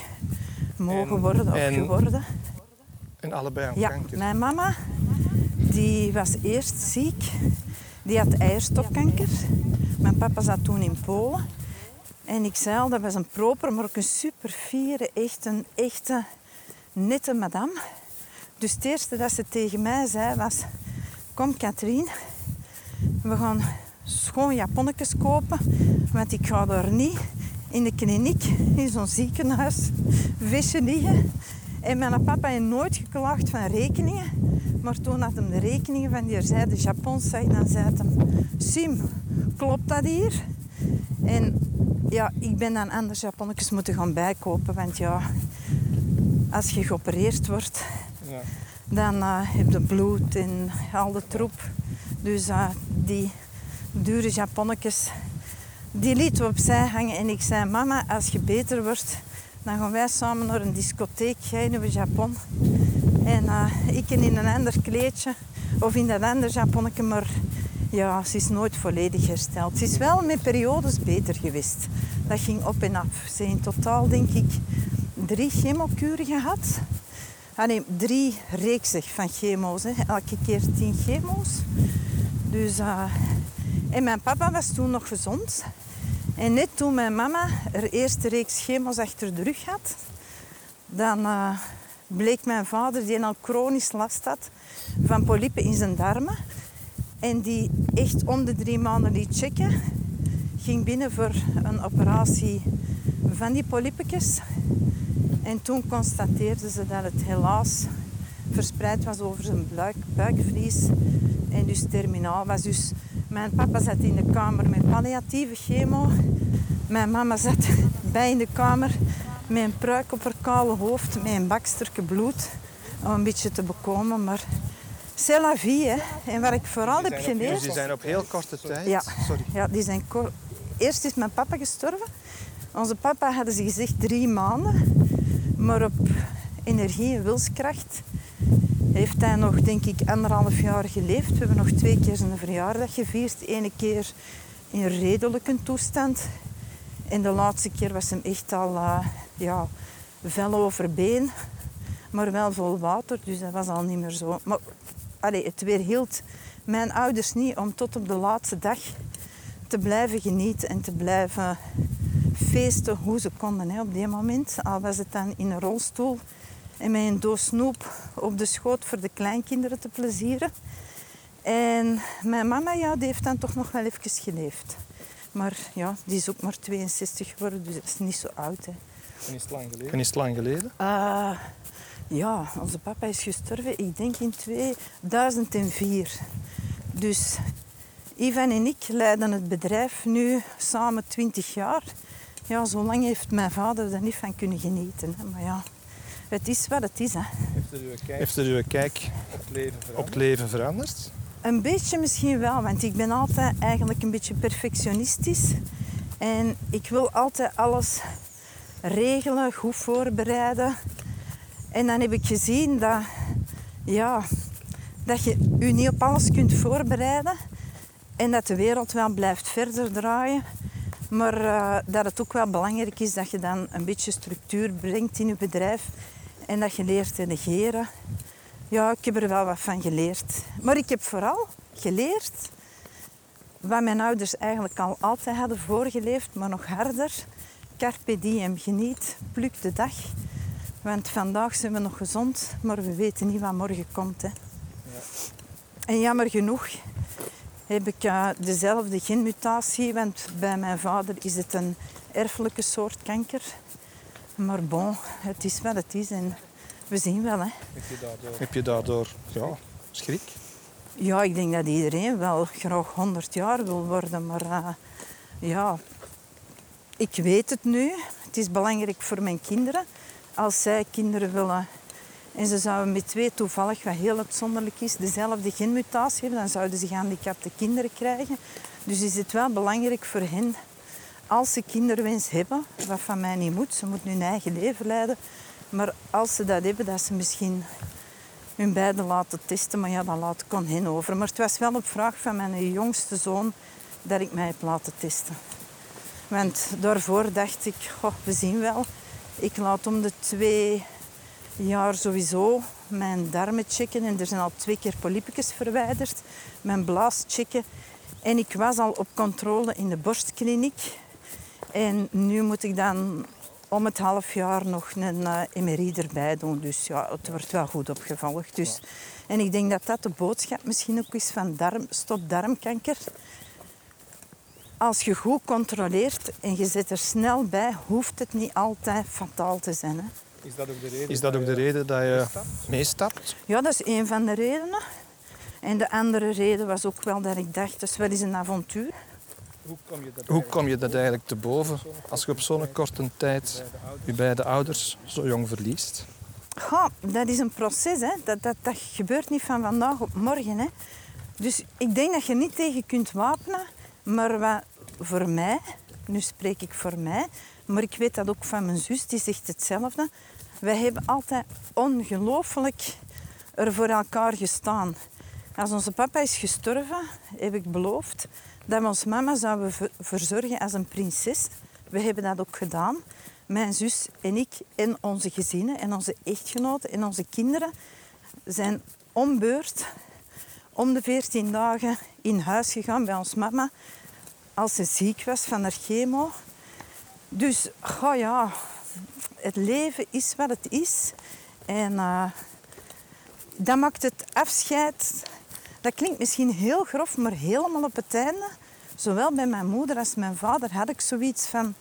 geworden. En allebei aan kanker. Mijn mama die was eerst ziek. Die had eierstokkanker. Mijn papa zat toen in Polen. En ik zei al, dat was een proper, maar ook een super fiere, echt een echte, nette madame. Dus het eerste dat ze tegen mij zei was... Kom Katrien, we gaan schoon japonnetjes kopen. Want ik ga daar niet in de kliniek, in zo'n ziekenhuis, visje liggen. En mijn papa heeft nooit geklaagd van rekeningen. Maar toen had hem de rekeningen van die zijde Japons zag, dan zei hij... Sim, klopt dat hier? En ja, ik ben dan anders japonnetjes moeten gaan bijkopen. Want ja, als je geopereerd wordt, dan heb je bloed en al de troep. Dus die dure japonnetjes, die lieten we opzij hangen. En ik zei, mama, als je beter wordt, dan gaan wij samen naar een discotheek, jij in Japan. En ik in een ander kleedje of in dat andere japonnetje, maar ja, ze is nooit volledig hersteld. Ze is wel met periodes beter geweest. Dat ging op en af. Ze heeft in totaal, denk ik, 3 chemokuren gehad. 3 reeksen van chemo's. Hè. Elke keer 10 chemo's. Dus, en mijn papa was toen nog gezond. En net toen mijn mama haar eerste reeks chemo's achter de rug had, dan bleek mijn vader, die al chronisch last had van polypen in zijn darmen. En die echt om de 3 maanden liet checken. Ging binnen voor een operatie van die polypetjes. En toen constateerden ze dat het helaas verspreid was over zijn buikvlies. En dus terminaal was. Dus mijn papa zat in de kamer met palliatieve chemo. Mijn mama zat bij in de kamer met een pruik op haar kale hoofd. Met een bakstukje bloed. Om een beetje te bekomen. Maar c'est la vie, hè. En wat ik vooral heb geleerd... Dus die zijn op heel korte tijd? Ja, sorry. Ja, die zijn eerst is mijn papa gestorven. Onze papa hadden ze gezegd 3 maanden. Maar op energie en wilskracht heeft hij nog, denk ik, 1,5 jaar geleefd. We hebben nog 2 keer zijn verjaardag gevierd. 1 keer in redelijke toestand. En de laatste keer was hem echt al vel over been. Maar wel vol water, dus dat was al niet meer zo. Maar het weerhield mijn ouders niet om tot op de laatste dag te blijven genieten en te blijven feesten hoe ze konden op die moment. Al was het dan in een rolstoel en met een doos snoep op de schoot voor de kleinkinderen te plezieren. En mijn mama, die heeft dan toch nog wel even geleefd. Maar ja, die is ook maar 62 geworden, dus dat is niet zo oud. Hè. En is het lang geleden? En is het lang geleden? Ja, onze papa is gestorven, ik denk in 2004. Dus Ivan en ik leiden het bedrijf nu samen 20 jaar. Ja, zo lang heeft mijn vader er niet van kunnen genieten. Hè. Maar ja, het is wat het is. Hè. Heeft er uw kijk op het leven veranderd? Een beetje misschien wel, want ik ben altijd eigenlijk een beetje perfectionistisch. En ik wil altijd alles regelen, goed voorbereiden. En dan heb ik gezien dat je je niet op alles kunt voorbereiden. En dat de wereld wel blijft verder draaien. Maar dat het ook wel belangrijk is dat je dan een beetje structuur brengt in je bedrijf. En dat je leert delegeren. Ja, ik heb er wel wat van geleerd. Maar ik heb vooral geleerd wat mijn ouders eigenlijk al altijd hadden voorgeleefd, maar nog harder. Carpe diem, geniet, pluk de dag. Want vandaag zijn we nog gezond, maar we weten niet wat morgen komt. Hè. En jammer genoeg heb ik dezelfde genmutatie, want bij mijn vader is het een erfelijke soort kanker. Maar bon, het is wat het is en we zien wel. Hè. Heb je daardoor schrik? Ja, ik denk dat iedereen wel graag 100 jaar wil worden, maar ik weet het nu. Het is belangrijk voor mijn kinderen. Als zij kinderen willen en ze zouden met 2 toevallig, wat heel uitzonderlijk is, dezelfde genmutatie hebben, dan zouden ze gehandicapte kinderen krijgen. Dus is het wel belangrijk voor hen, als ze kinderwens hebben, wat van mij niet moet, ze moeten hun eigen leven leiden, maar als ze dat hebben, dat ze misschien hun beiden laten testen, maar ja, dan laat ik aan hen over. Maar het was wel op vraag van mijn jongste zoon dat ik mij heb laten testen. Want daarvoor dacht ik, we zien wel. Ik laat om de 2 jaar sowieso mijn darmen checken. En er zijn al 2 keer polypjes verwijderd. Mijn blaas checken. En ik was al op controle in de borstkliniek. En nu moet ik dan om het half jaar nog een MRI erbij doen. Dus ja, het wordt wel goed opgevolgd. Dus. En ik denk dat dat de boodschap misschien ook is van stop darmkanker. Als je goed controleert en je zit er snel bij, hoeft het niet altijd fataal te zijn. Hè. Is dat ook de reden dat je meestapt? Ja, dat is een van de redenen. En de andere reden was ook wel dat ik dacht, dat is wel eens een avontuur. Hoe kom je dat eigenlijk te boven als je op zo'n korte tijd je beide ouders zo jong verliest? Dat is een proces. Hè. Dat gebeurt niet van vandaag op morgen. Hè. Dus ik denk dat je niet tegen kunt wapenen. Maar wat voor mij, nu spreek ik voor mij, maar ik weet dat ook van mijn zus, die zegt hetzelfde. Wij hebben altijd ongelooflijk er voor elkaar gestaan. Als onze papa is gestorven, heb ik beloofd dat we onze mama zouden verzorgen als een prinses. We hebben dat ook gedaan. Mijn zus en ik en onze gezinnen en onze echtgenoten en onze kinderen zijn om beurt om de 14 dagen in huis gegaan bij ons mama als ze ziek was van haar chemo. Dus het leven is wat het is. En dat maakt het afscheid, dat klinkt misschien heel grof, maar helemaal op het einde, zowel bij mijn moeder als mijn vader, had ik zoiets van: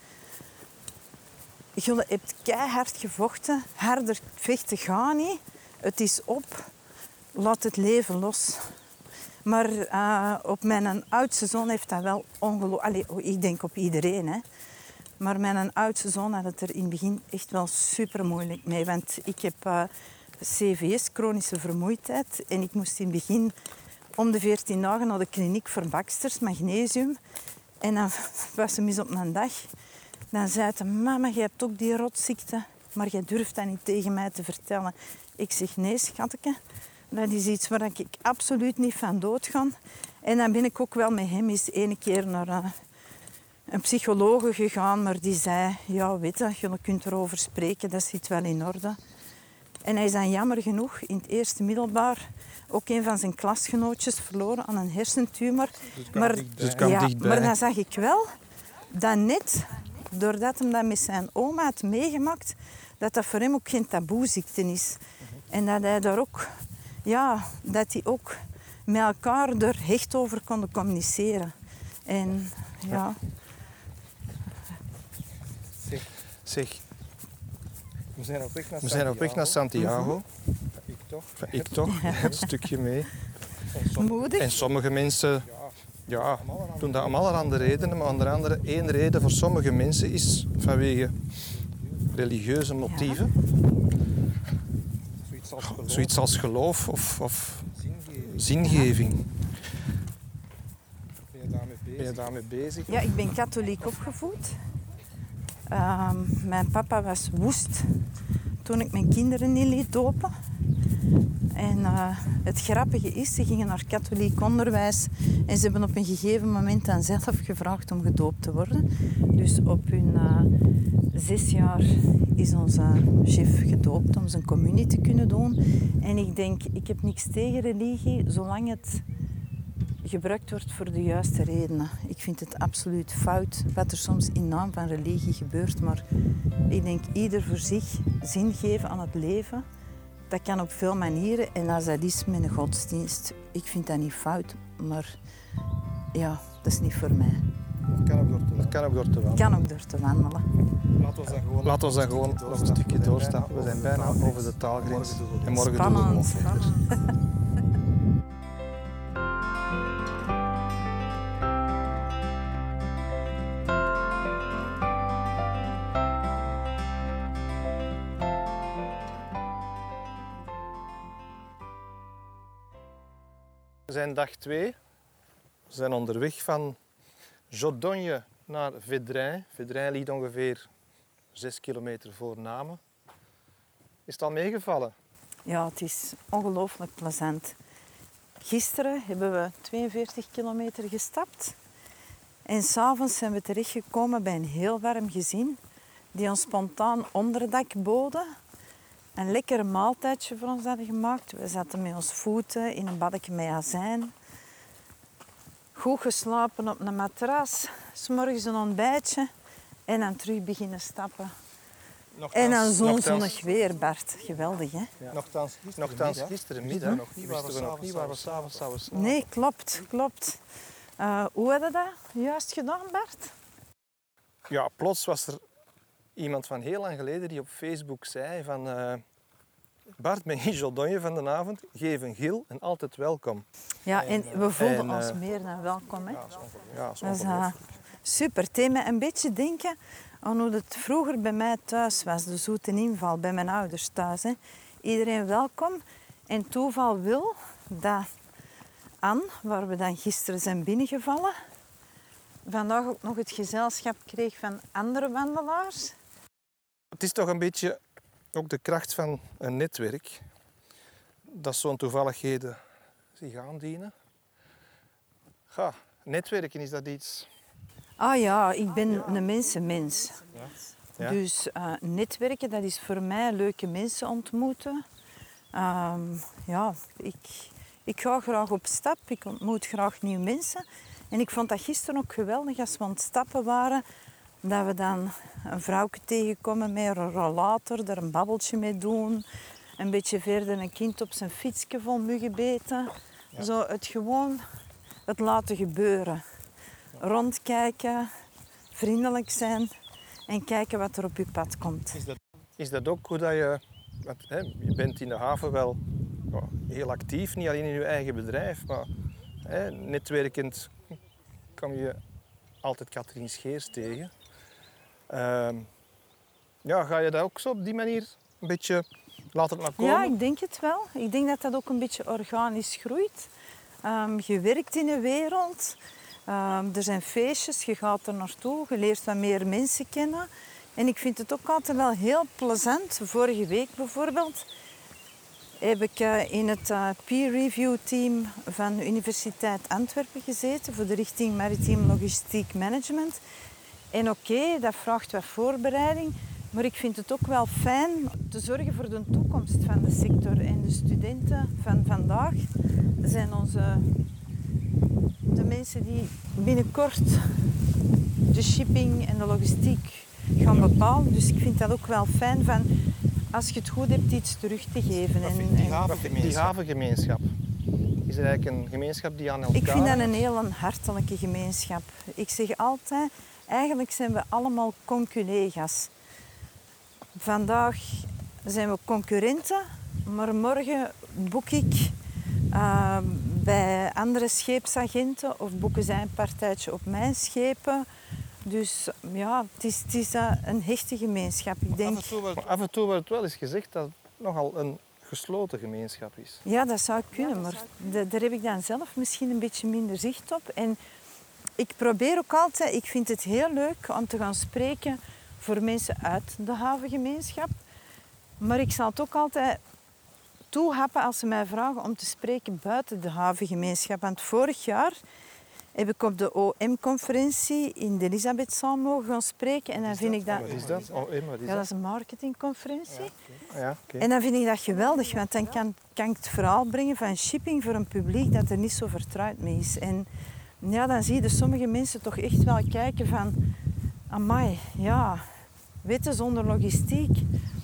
jullie hebt keihard gevochten, harder vechten gaat niet, het is op, laat het leven los. Maar op mijn oudste zoon heeft dat wel ongelooflijk. Ik denk op iedereen, hè. Maar mijn oudste zoon had het er in het begin echt wel super moeilijk mee. Want ik heb CVS, chronische vermoeidheid. En ik moest in het begin om de 14 dagen naar de kliniek voor baksters, magnesium. En dan was ze mis op mijn dag. Dan zei ze: mama, jij hebt ook die rotziekte, maar jij durft dat niet tegen mij te vertellen. Ik zeg: nee, schatje. Dat is iets waar ik absoluut niet van doodga. En dan ben ik ook wel met hem eens 1 keer naar een psycholoog gegaan. Maar die zei: ja, weet je kunt erover spreken, dat zit wel in orde. En hij is dan jammer genoeg in het eerste middelbaar ook een van zijn klasgenootjes verloren aan een hersentumor. Maar dan zag ik wel dat net doordat hij dat met zijn oma had meegemaakt, dat voor hem ook geen taboeziekte is. En dat hij daar ook... dat die ook met elkaar er hecht over konden communiceren. En ja... Zeg, we zijn op weg naar Santiago. Ik toch, een stukje mee. Moedig. En sommige mensen doen dat om allerhande redenen, maar onder andere 1 reden voor sommige mensen is vanwege religieuze motieven. Zoiets als geloof of zingeving. Ben je daarmee bezig? Ja, ik ben katholiek opgevoed. Mijn papa was woest toen ik mijn kinderen niet liet dopen. En het grappige is, ze gingen naar katholiek onderwijs en ze hebben op een gegeven moment dan zelf gevraagd om gedoopt te worden. Dus op hun 6 jaar is onze chef gedoopt om zijn communie te kunnen doen. En ik denk, ik heb niks tegen religie, zolang het gebruikt wordt voor de juiste redenen. Ik vind het absoluut fout wat er soms in naam van religie gebeurt, maar ik denk ieder voor zich zin geven aan het leven, Dat kan op veel manieren en als dat is met een godsdienst, ik vind dat niet fout, maar ja, dat is niet voor mij. Dat kan ook door te wandelen. Kan ook door te wandelen. Laten we dan gewoon nog een stukje doorstappen. We zijn bijna over de taalgrens. En morgen doen we Spannend. het nog verder. We zijn dag 2. We zijn onderweg van Jodogne naar Vedrin. Vedrin ligt ongeveer 6 kilometer voor Namen. Is het al meegevallen? Ja, het is ongelooflijk plezant. Gisteren hebben we 42 kilometer gestapt. En s'avonds zijn we terechtgekomen bij een heel warm gezin die ons spontaan onderdak boden. Een lekker maaltijdje voor ons hadden gemaakt. We zaten met ons voeten in een baddetje met azijn. Goed geslapen op een matras. 's Morgens een ontbijtje. En dan terug beginnen stappen. En dan zonnig weer, Bart. Geweldig, hè? Ja. Nochtans gisterenmiddag wisten we nog niet waar we s'avonds zouden slapen. Nee, klopt. Hoe hadden dat juist gedaan, Bart? Ja, plots was er iemand van heel lang geleden die op Facebook zei van... Bart, ben je Jodogne van de avond? Geef een gil en altijd welkom. Ja, en we voelden ons meer dan welkom, hè? Ja, dat is Dat is ongelooflijk. super. Het deed me een beetje denken aan hoe het vroeger bij mij thuis was. De zoete inval bij mijn ouders thuis. Hè. Iedereen welkom. En toeval wil dat Anne, waar we dan gisteren zijn binnengevallen, vandaag ook nog het gezelschap kreeg van andere wandelaars. Het is toch een beetje ook de kracht van een netwerk. Dat zo'n toevalligheden zich aandienen. Ja, netwerken, is dat iets... Ah ja, ik ben een mensenmens. Ja. Dus netwerken, dat is voor mij leuke mensen ontmoeten. Ja, ik ga graag op stap, ik ontmoet graag nieuwe mensen. En ik vond dat gisteren ook geweldig als we aan het stappen waren, dat we dan een vrouwke tegenkomen met een rollator, daar een babbeltje mee doen. Een beetje verder een kind op zijn fietsje vol muggenbeten. Ja. Zo het laten gebeuren. Rondkijken, vriendelijk zijn en kijken wat er op je pad komt. Is dat ook hoe dat je... Want, je bent in de haven wel heel actief, niet alleen in je eigen bedrijf, maar netwerkend kom je altijd Katrien Scheers tegen. Ga je dat ook zo op die manier een beetje laten maar komen? Ja, ik denk het wel. Ik denk dat dat ook een beetje organisch groeit. Je werkt in een wereld, er zijn feestjes, je gaat er naartoe, je leert wat meer mensen kennen. En ik vind het ook altijd wel heel plezant. Vorige week bijvoorbeeld heb ik in het peer review team van de Universiteit Antwerpen gezeten voor de richting Maritiem Logistiek Management. En oké, dat vraagt wat voorbereiding, maar ik vind het ook wel fijn te zorgen voor de toekomst van de sector. En de studenten van vandaag zijn de mensen die binnenkort de shipping en de logistiek gaan bepalen. Dus ik vind dat ook wel fijn van, als je het goed hebt, iets terug te geven. Die havengemeenschap. Is er eigenlijk een gemeenschap die aan elkaar... Ik vind dat een heel hartelijke gemeenschap. Ik zeg altijd, eigenlijk zijn we allemaal conculega's. Vandaag zijn we concurrenten, maar morgen boek ik bij andere scheepsagenten of boeken zij een partijtje op mijn schepen. Dus ja, het is een hechte gemeenschap. Ik denk... Af en toe wordt wel eens gezegd dat het nogal een gesloten gemeenschap is. Ja, dat zou kunnen, maar daar heb ik dan zelf misschien een beetje minder zicht op. En ik probeer ook altijd, ik vind het heel leuk om te gaan spreken voor mensen uit de havengemeenschap. Maar ik zal het ook altijd toehappen als ze mij vragen om te spreken buiten de havengemeenschap. Want vorig jaar heb ik op de OM-conferentie in de Elisabethzaal mogen gaan spreken. En dan vind ik dat... Wat is dat? OM, wat is ja, dat is een marketingconferentie. Ja, okay. En dan vind ik dat geweldig, want dan kan ik het verhaal brengen van shipping voor een publiek dat er niet zo vertrouwd mee is. En ja, dan zie je sommige mensen toch echt wel kijken van... Amai, ja, weten zonder logistiek,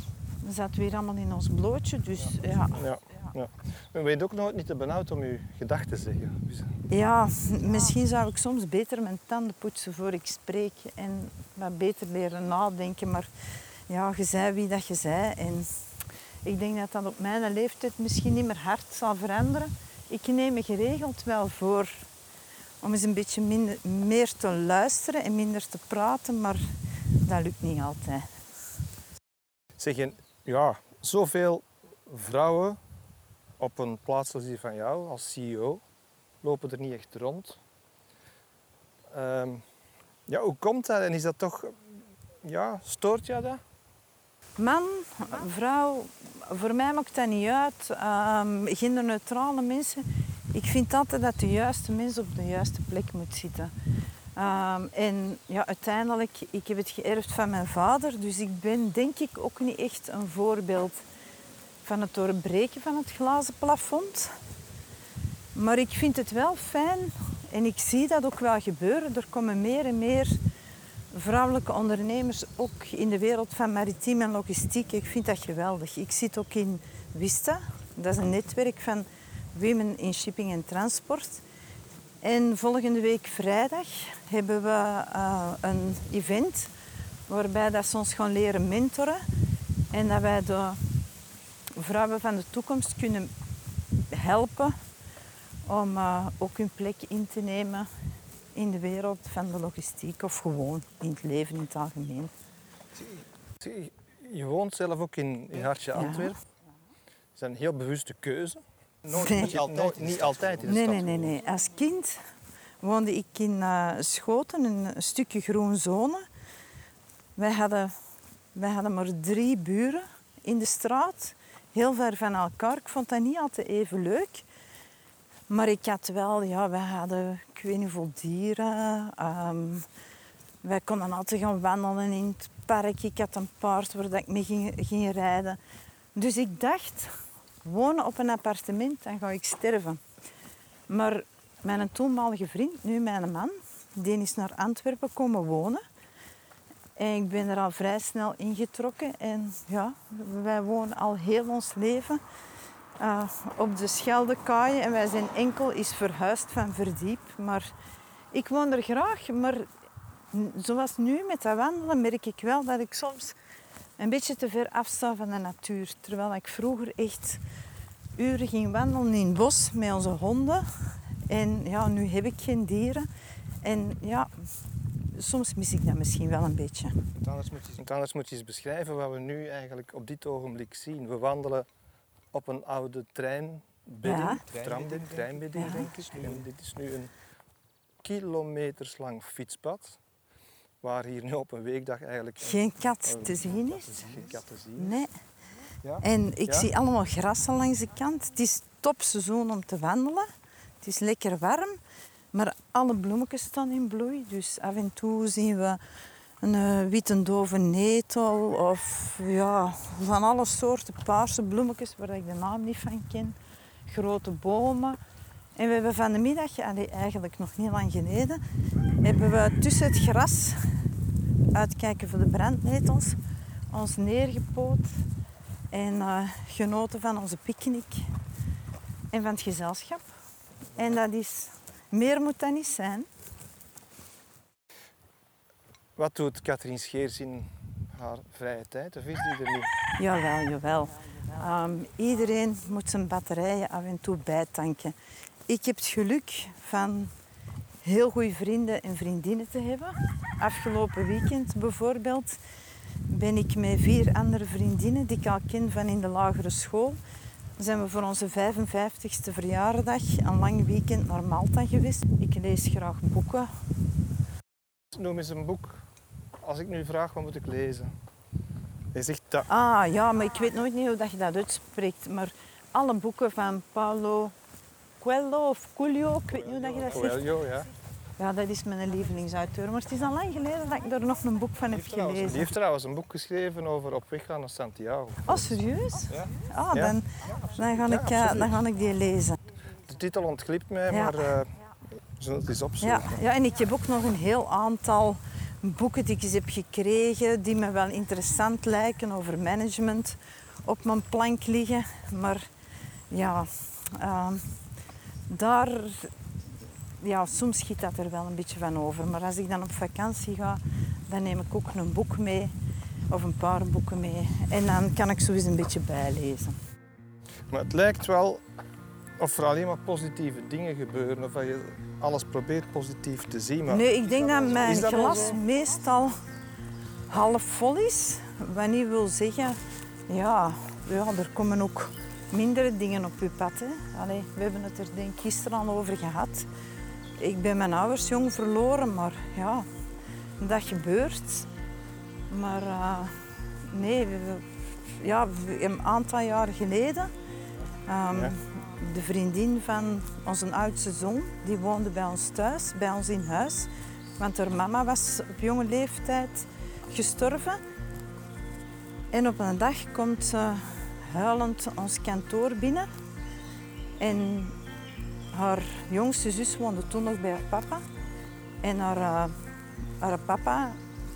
zaten we hier allemaal in ons blootje. Dus ja. Ja. Maar weet ook nooit niet te benauwd om je gedachten te zeggen. Dus, Ja, misschien zou ik soms beter mijn tanden poetsen voor ik spreek en wat beter leren nadenken. Maar ja, je zei wie dat je zei. En ik denk dat dat op mijn leeftijd misschien niet meer hard zal veranderen. Ik neem me geregeld wel voor om eens een beetje meer te luisteren en minder te praten, maar dat lukt niet altijd. zeg je, ja, zoveel vrouwen op een plaats als die van jou, als CEO, lopen er niet echt rond. Ja, hoe komt dat? En is dat toch... Ja, stoort jou dat? Man, vrouw, voor mij maakt dat niet uit. Genderneutrale mensen. Ik vind altijd dat de juiste mens op de juiste plek moet zitten. En ja, uiteindelijk, ik heb het geërfd van mijn vader, dus ik ben denk ik ook niet echt een voorbeeld van het doorbreken van het glazen plafond. Maar ik vind het wel fijn en ik zie dat ook wel gebeuren. Er komen meer en meer vrouwelijke ondernemers ook in de wereld van maritiem en logistiek. Ik vind dat geweldig. Ik zit ook in Wista. Dat is een netwerk van Women in Shipping en Transport. En volgende week vrijdag hebben we een event waarbij dat ze ons gaan leren mentoren. En dat wij de vrouwen van de toekomst kunnen helpen om ook hun plek in te nemen in de wereld van de logistiek of gewoon in het leven in het algemeen. Je woont zelf ook in Hartje Antwerpen. Dat is een heel bewuste keuze. Niet altijd in de stad. Nee. Als kind woonde ik in Schoten, een stukje groen zone. Wij hadden maar 3 buren in de straat, heel ver van elkaar. Ik vond dat niet altijd even leuk. Maar ik had wel, ja, wij hadden, ik weet niet hoeveel dieren. Wij konden altijd gaan wandelen in het park. Ik had een paard waar ik mee ging rijden. Dus ik dacht, wonen op een appartement, dan ga ik sterven. Maar mijn toenmalige vriend, nu mijn man, die is naar Antwerpen komen wonen. En ik ben er al vrij snel ingetrokken. En ja, wij wonen al heel ons leven op de Scheldekaaien. En wij zijn enkel eens verhuisd van Verdiep. Maar ik woon er graag. Maar zoals nu met dat wandelen merk ik wel dat ik soms een beetje te ver afsta van de natuur. Terwijl ik vroeger echt uren ging wandelen in het bos met onze honden. En ja, nu heb ik geen dieren. En ja, soms mis ik dat misschien wel een beetje. Anders moet je eens beschrijven wat we nu eigenlijk op dit ogenblik zien. We wandelen op een oude treinbedding, treinbedding denk ik. En dit is nu een kilometerslang fietspad. Waar hier nu op een weekdag eigenlijk... Geen kat te zien is. Geen kat te zien. Nee. Ja? En ik zie allemaal grassen langs de kant. Het is topseizoen om te wandelen. Het is lekker warm. Maar alle bloemetjes staan in bloei. Dus af en toe zien we een witte dove netel. Of ja, van alle soorten paarse bloemetjes waar ik de naam niet van ken. Grote bomen. En we hebben van de middag, eigenlijk nog niet lang geleden, hebben we tussen het gras, uitkijken voor de brandnetels, ons neergepoot en genoten van onze picknick en van het gezelschap. En dat is, meer moet dat niet zijn. Wat doet Katrien Scheers in haar vrije tijd? Of is die er niet? Jawel. Iedereen moet zijn batterijen af en toe bijtanken. Ik heb het geluk van heel goede vrienden en vriendinnen te hebben. Afgelopen weekend bijvoorbeeld ben ik met 4 andere vriendinnen die ik al ken van in de lagere school. Zijn we voor onze 55ste verjaardag een lang weekend naar Malta geweest. Ik lees graag boeken. Noem eens een boek. Als ik nu vraag, wat moet ik lezen? Je zegt dat. Ah ja, maar ik weet nooit niet hoe dat je dat uitspreekt. Maar alle boeken van Paulo Coelho of Coelho, ik weet niet hoe dat je dat zegt. Coelho, ja. Ja, dat is mijn lievelingsauteur. Maar het is al lang geleden dat ik daar nog een boek van heb gelezen. Die heeft trouwens een boek geschreven over op weg gaan naar Santiago. Oh, serieus? Ja. Ah, Ja. Dan ga ik die lezen. De titel ontglipt mij, Ja. maar we zullen het eens opzoeken. Ja, en ik heb ook nog een heel aantal boeken die ik eens heb gekregen, die me wel interessant lijken over management op mijn plank liggen. Maar ja, daar... Ja, soms schiet dat er wel een beetje van over. Maar als ik dan op vakantie ga, dan neem ik ook een boek mee. Of een paar boeken mee. En dan kan ik zo eens een beetje bijlezen. Maar het lijkt wel of er alleen maar positieve dingen gebeuren. Of dat je alles probeert positief te zien. Maar Nee, ik denk dat mijn Is dat wel glas zo? meestal half vol is. Wat niet wil zeggen, ja, er komen ook mindere dingen op je pad. Hè. Allee, we hebben het er denk ik gisteren al over gehad. Ik ben mijn ouders jong verloren, maar ja, dat gebeurt. Maar nee, een aantal jaren geleden, de vriendin van onze oudste zoon, die woonde bij ons thuis, bij ons in huis. Want haar mama was op jonge leeftijd gestorven. En op een dag komt ze huilend ons kantoor binnen. En haar jongste zus woonde toen nog bij haar papa. En haar papa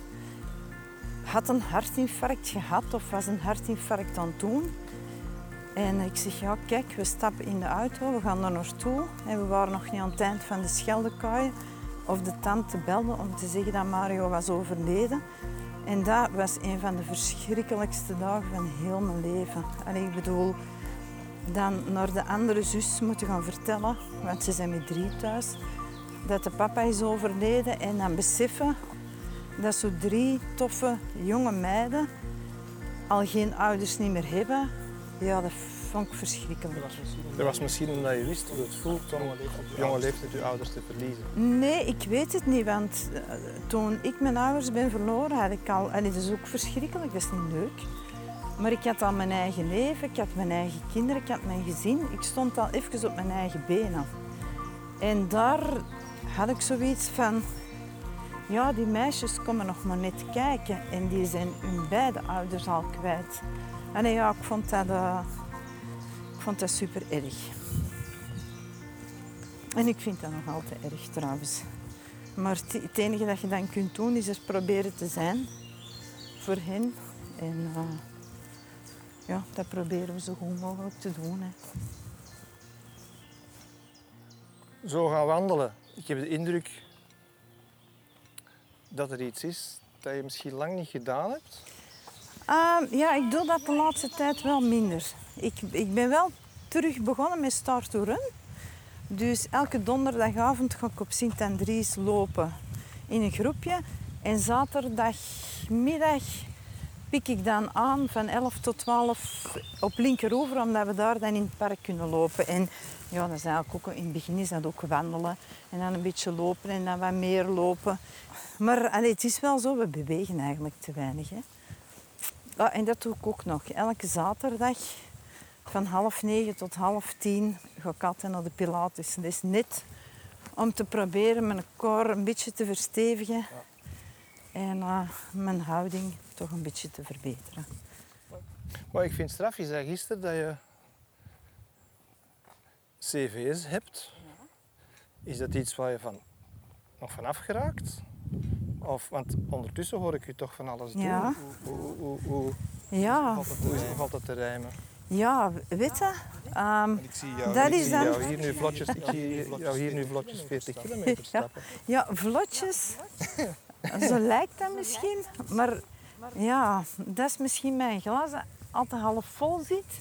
had een hartinfarct gehad of was een hartinfarct aan het doen. En ik zeg, ja kijk, we stappen in de auto, we gaan daar naartoe. En we waren nog niet aan het eind van de Scheldekaaien. Of de tante belde om te zeggen dat Mario was overleden. En dat was een van de verschrikkelijkste dagen van heel mijn leven. Allee, ik bedoel, dan naar de andere zus moeten gaan vertellen, want ze zijn met 3 thuis, dat de papa is overleden. En dan beseffen dat zo 3 toffe jonge meiden al geen ouders niet meer hebben. Ja, dat vond ik verschrikkelijk. dat was misschien omdat je wist hoe het voelt om op jonge leeftijd je ouders te verliezen. Nee, ik weet het niet, want toen ik mijn ouders ben verloren, had ik al... Allee, dat is ook verschrikkelijk, dat is niet leuk. Maar ik had al mijn eigen leven, ik had mijn eigen kinderen, ik had mijn gezin. Ik stond al even op mijn eigen benen. En daar had ik zoiets van... Ja, die meisjes komen nog maar net kijken en die zijn hun beide ouders al kwijt. En ja, ik vond dat super erg. En ik vind dat nog altijd erg trouwens. Maar het enige dat je dan kunt doen is er proberen te zijn voor hen. En ja, dat proberen we zo goed mogelijk te doen. Hè. Zo gaan wandelen. Ik heb de indruk dat er iets is dat je misschien lang niet gedaan hebt. Ja, ik doe dat de laatste tijd wel minder. Ik ben wel terug begonnen met Start to Run. Dus elke donderdagavond ga ik op Sint-Andries lopen in een groepje. En zaterdagmiddag pik ik dan aan van 11 tot 12 op Linkeroever, omdat we daar dan in het park kunnen lopen. En ja, dat is eigenlijk ook, in het begin is dat ook wandelen. En dan een beetje lopen en dan wat meer lopen. Maar allee, het is wel zo, we bewegen eigenlijk te weinig. Hè. Ah, en dat doe ik ook nog. Elke zaterdag van 8:30 tot 9:30 ga ik altijd naar de Pilates. Dat is net om te proberen mijn core een beetje te verstevigen. Ja. En mijn houding toch een beetje te verbeteren. Maar ik vind het straf, je zei gisteren dat je cv's hebt. Ja. Is dat iets waar je nog vanaf geraakt? Of, want ondertussen hoor ik je toch van alles doen. Ja. Hoe valt het te rijmen? Ja, weet je... Ik zie jou hier nu vlotjes 40 kilometer stappen. Ja, vlotjes. Zo lijkt dat misschien. Maar ja, dat is misschien mijn glas dat altijd half vol zit.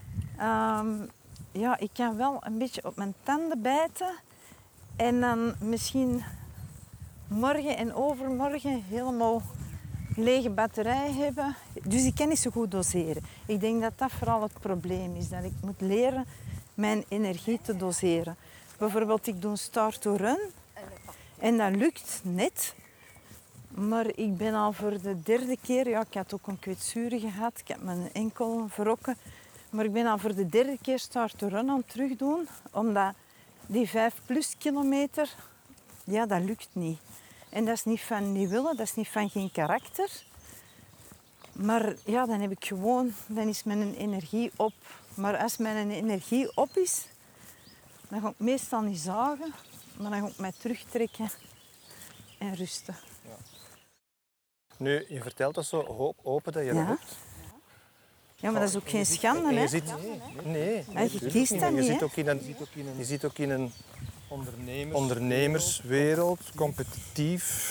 Ja, ik kan wel een beetje op mijn tanden bijten. En dan misschien morgen en overmorgen helemaal lege batterij hebben. Dus ik kan niet zo goed doseren. Ik denk dat dat vooral het probleem is. Dat ik moet leren mijn energie te doseren. Bijvoorbeeld, ik doe een Start to Run. En dat lukt net. Maar ik ben al voor de 3e keer... Ja, ik had ook een kwetsuur gehad. Ik heb mijn enkel verrokken. Maar ik ben al voor de 3e keer Start to Run aan het terugdoen. Omdat die 5+ kilometer... Ja, dat lukt niet. En dat is niet van niet willen, dat is niet van geen karakter. Maar ja, dan heb ik gewoon... Dan is mijn energie op. Maar als mijn energie op is... Dan ga ik meestal niet zagen. Maar dan ga ik mij terugtrekken en rusten. Ja. Nu, je vertelt dat zo open dat je dat hebt. Ja, maar dat is ook geen schande, hè? Nee. En je kiest dat niet, hè? Je zit ook in een ondernemerswereld, competitief.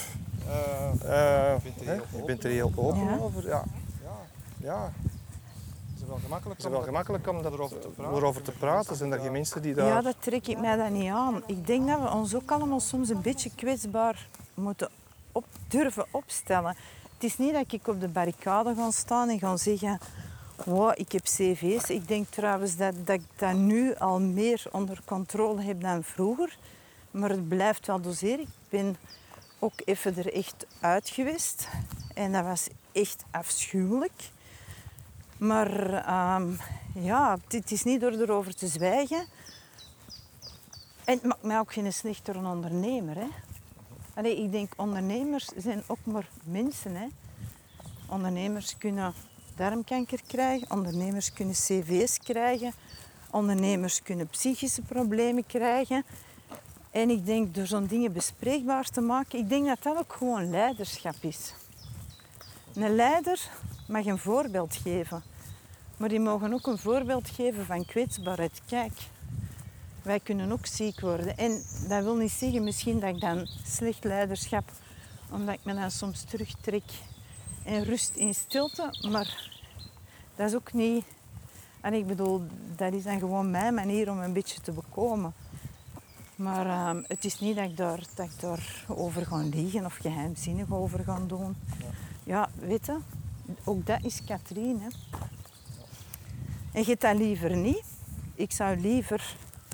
Je bent er heel open over. Ja. Het is wel gemakkelijk om erover te praten. Zijn er geen mensen die daar... Ja, dat trek ik mij dan niet aan. Ik denk dat we ons ook allemaal soms een beetje kwetsbaar moeten durven opstellen. Het is niet dat ik op de barricade ga staan en ga zeggen... Wow, ik heb cv's. Ik denk trouwens dat ik dat nu al meer onder controle heb dan vroeger. Maar het blijft wel doseren. Ik ben ook even er echt uit geweest. En dat was echt afschuwelijk. Maar het is niet door erover te zwijgen. En het maakt mij ook geen slechter ondernemer. Hè. Allee, ik denk, ondernemers zijn ook maar mensen. Hè. Ondernemers kunnen darmkanker krijgen, ondernemers kunnen cv's krijgen, ondernemers kunnen psychische problemen krijgen. En ik denk, door zo'n dingen bespreekbaar te maken, ik denk dat dat ook gewoon leiderschap is. Een leider mag een voorbeeld geven, maar die mogen ook een voorbeeld geven van kwetsbaarheid. Kijk, wij kunnen ook ziek worden. En dat wil niet zeggen misschien dat ik dan slecht leiderschap, omdat ik me dan soms terugtrek en rust in stilte, maar dat is ook niet... En ik bedoel, dat is dan gewoon mijn manier om een beetje te bekomen. Maar het is niet dat ik daar over ga liegen of geheimzinnig over ga doen. Ja, weet je, ook dat is Katrien. Hè. En je hebt dat liever niet. Ik zou liever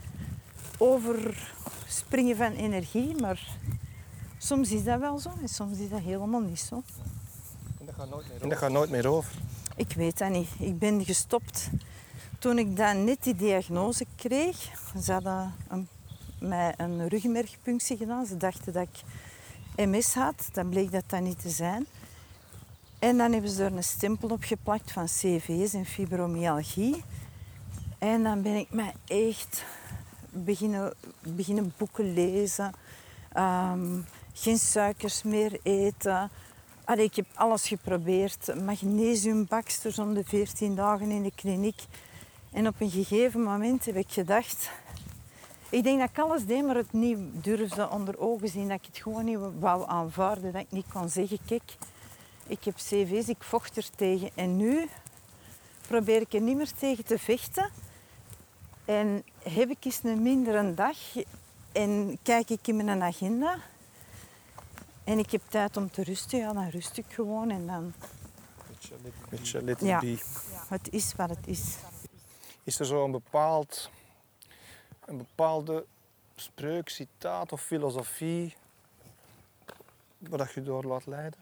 overspringen van energie, maar soms is dat wel zo en soms is dat helemaal niet zo. En dat gaat nooit meer over. Ik weet dat niet. Ik ben gestopt toen ik dan net die diagnose kreeg. Ze hadden mij een ruggenmergpunctie gedaan. Ze dachten dat ik MS had. Dan bleek dat niet te zijn. En dan hebben ze er een stempel op geplakt van CV's en fibromyalgie. En dan ben ik mij echt beginnen boeken lezen. Geen suikers meer eten. Allee, ik heb alles geprobeerd. Magnesiumbaksters om de 14 dagen in de kliniek. En op een gegeven moment heb ik gedacht... Ik denk dat ik alles deed, maar het niet durfde onder ogen zien. Dat ik het gewoon niet wou aanvaarden. Dat ik niet kon zeggen, kijk, ik heb cv's, ik vocht er tegen. En nu probeer ik er niet meer tegen te vechten. En heb ik eens een mindere dag. En kijk ik in mijn agenda... En ik heb tijd om te rusten, ja, dan rust ik gewoon en dan... Beetje let it be. Het is wat het is. Is er zo een bepaalde spreuk, citaat of filosofie waar je door laat leiden?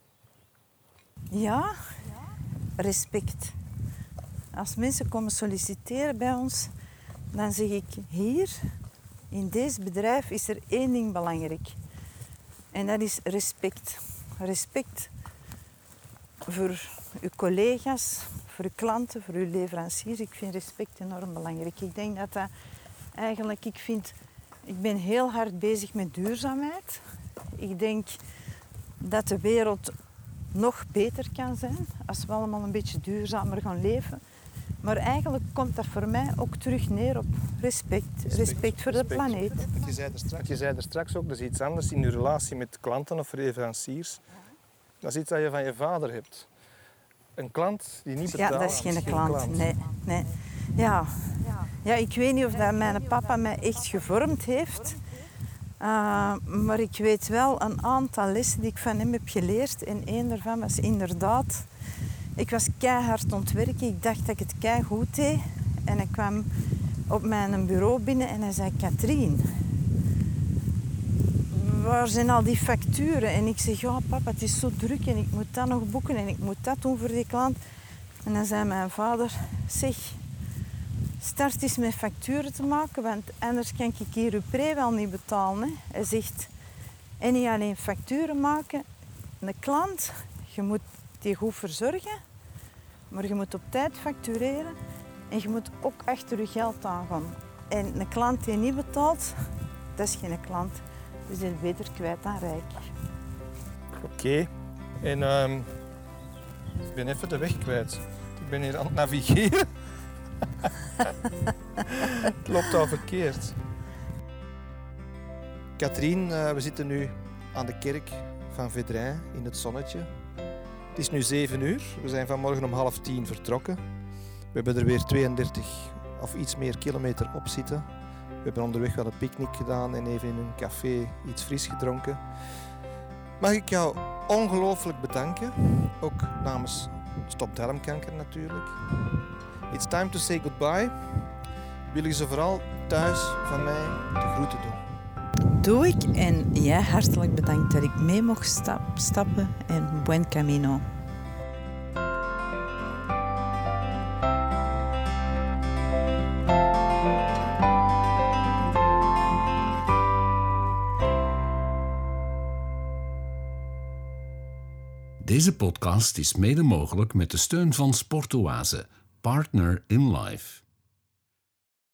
Ja, respect. Als mensen komen solliciteren bij ons, dan zeg ik hier, in deze bedrijf is er één ding belangrijk. En dat is respect. Respect voor uw collega's, voor uw klanten, voor uw leveranciers. Ik vind respect enorm belangrijk. Ik denk dat dat eigenlijk... Ik ben heel hard bezig met duurzaamheid. Ik denk dat de wereld nog beter kan zijn als we allemaal een beetje duurzamer gaan leven. Maar eigenlijk komt dat voor mij ook terug neer op respect. Respect voor de planeet. Je zei er straks ook, dat is iets anders in je relatie met klanten of leveranciers. Dat is iets dat je van je vader hebt. Een klant die niet betaalt. Ja, dat is geen klant. Nee. Ja, ik weet niet of dat mijn papa mij echt gevormd heeft. Maar ik weet wel een aantal lessen die ik van hem heb geleerd. En één daarvan was inderdaad... Ik was keihard aan het werken. Ik dacht dat ik het keigoed deed. En hij kwam op mijn bureau binnen en hij zei... Katrien, waar zijn al die facturen? En ik zeg, ja papa, het is zo druk en ik moet dat nog boeken en ik moet dat doen voor die klant. En dan zei mijn vader, zeg, start eens met facturen te maken, want anders kan ik hier uw pre wel niet betalen. Hè. Hij zegt, en niet alleen facturen maken, een klant, je moet die goed verzorgen, maar je moet op tijd factureren en je moet ook achter je geld aangaan. En een klant die niet betaalt, dat is geen klant. Dus die is beter kwijt dan rijk. Oké. En ik ben even de weg kwijt. Ik ben hier aan het navigeren. Het loopt al verkeerd. Katrien, we zitten nu aan de kerk van Vedrin in het zonnetje. Het is nu 7 uur. We zijn vanmorgen om 9:30 vertrokken. We hebben er weer 32 of iets meer kilometer op zitten. We hebben onderweg wel een picknick gedaan en even in een café iets fris gedronken. Mag ik jou ongelooflijk bedanken, ook namens Stop Darmkanker natuurlijk. It's time to say goodbye. Wil je ze vooral thuis van mij de groeten doen? Doe ik en jij hartelijk bedankt dat ik mee mocht stappen en buen camino. Deze podcast is mede mogelijk met de steun van Sportoase, Partner in Life.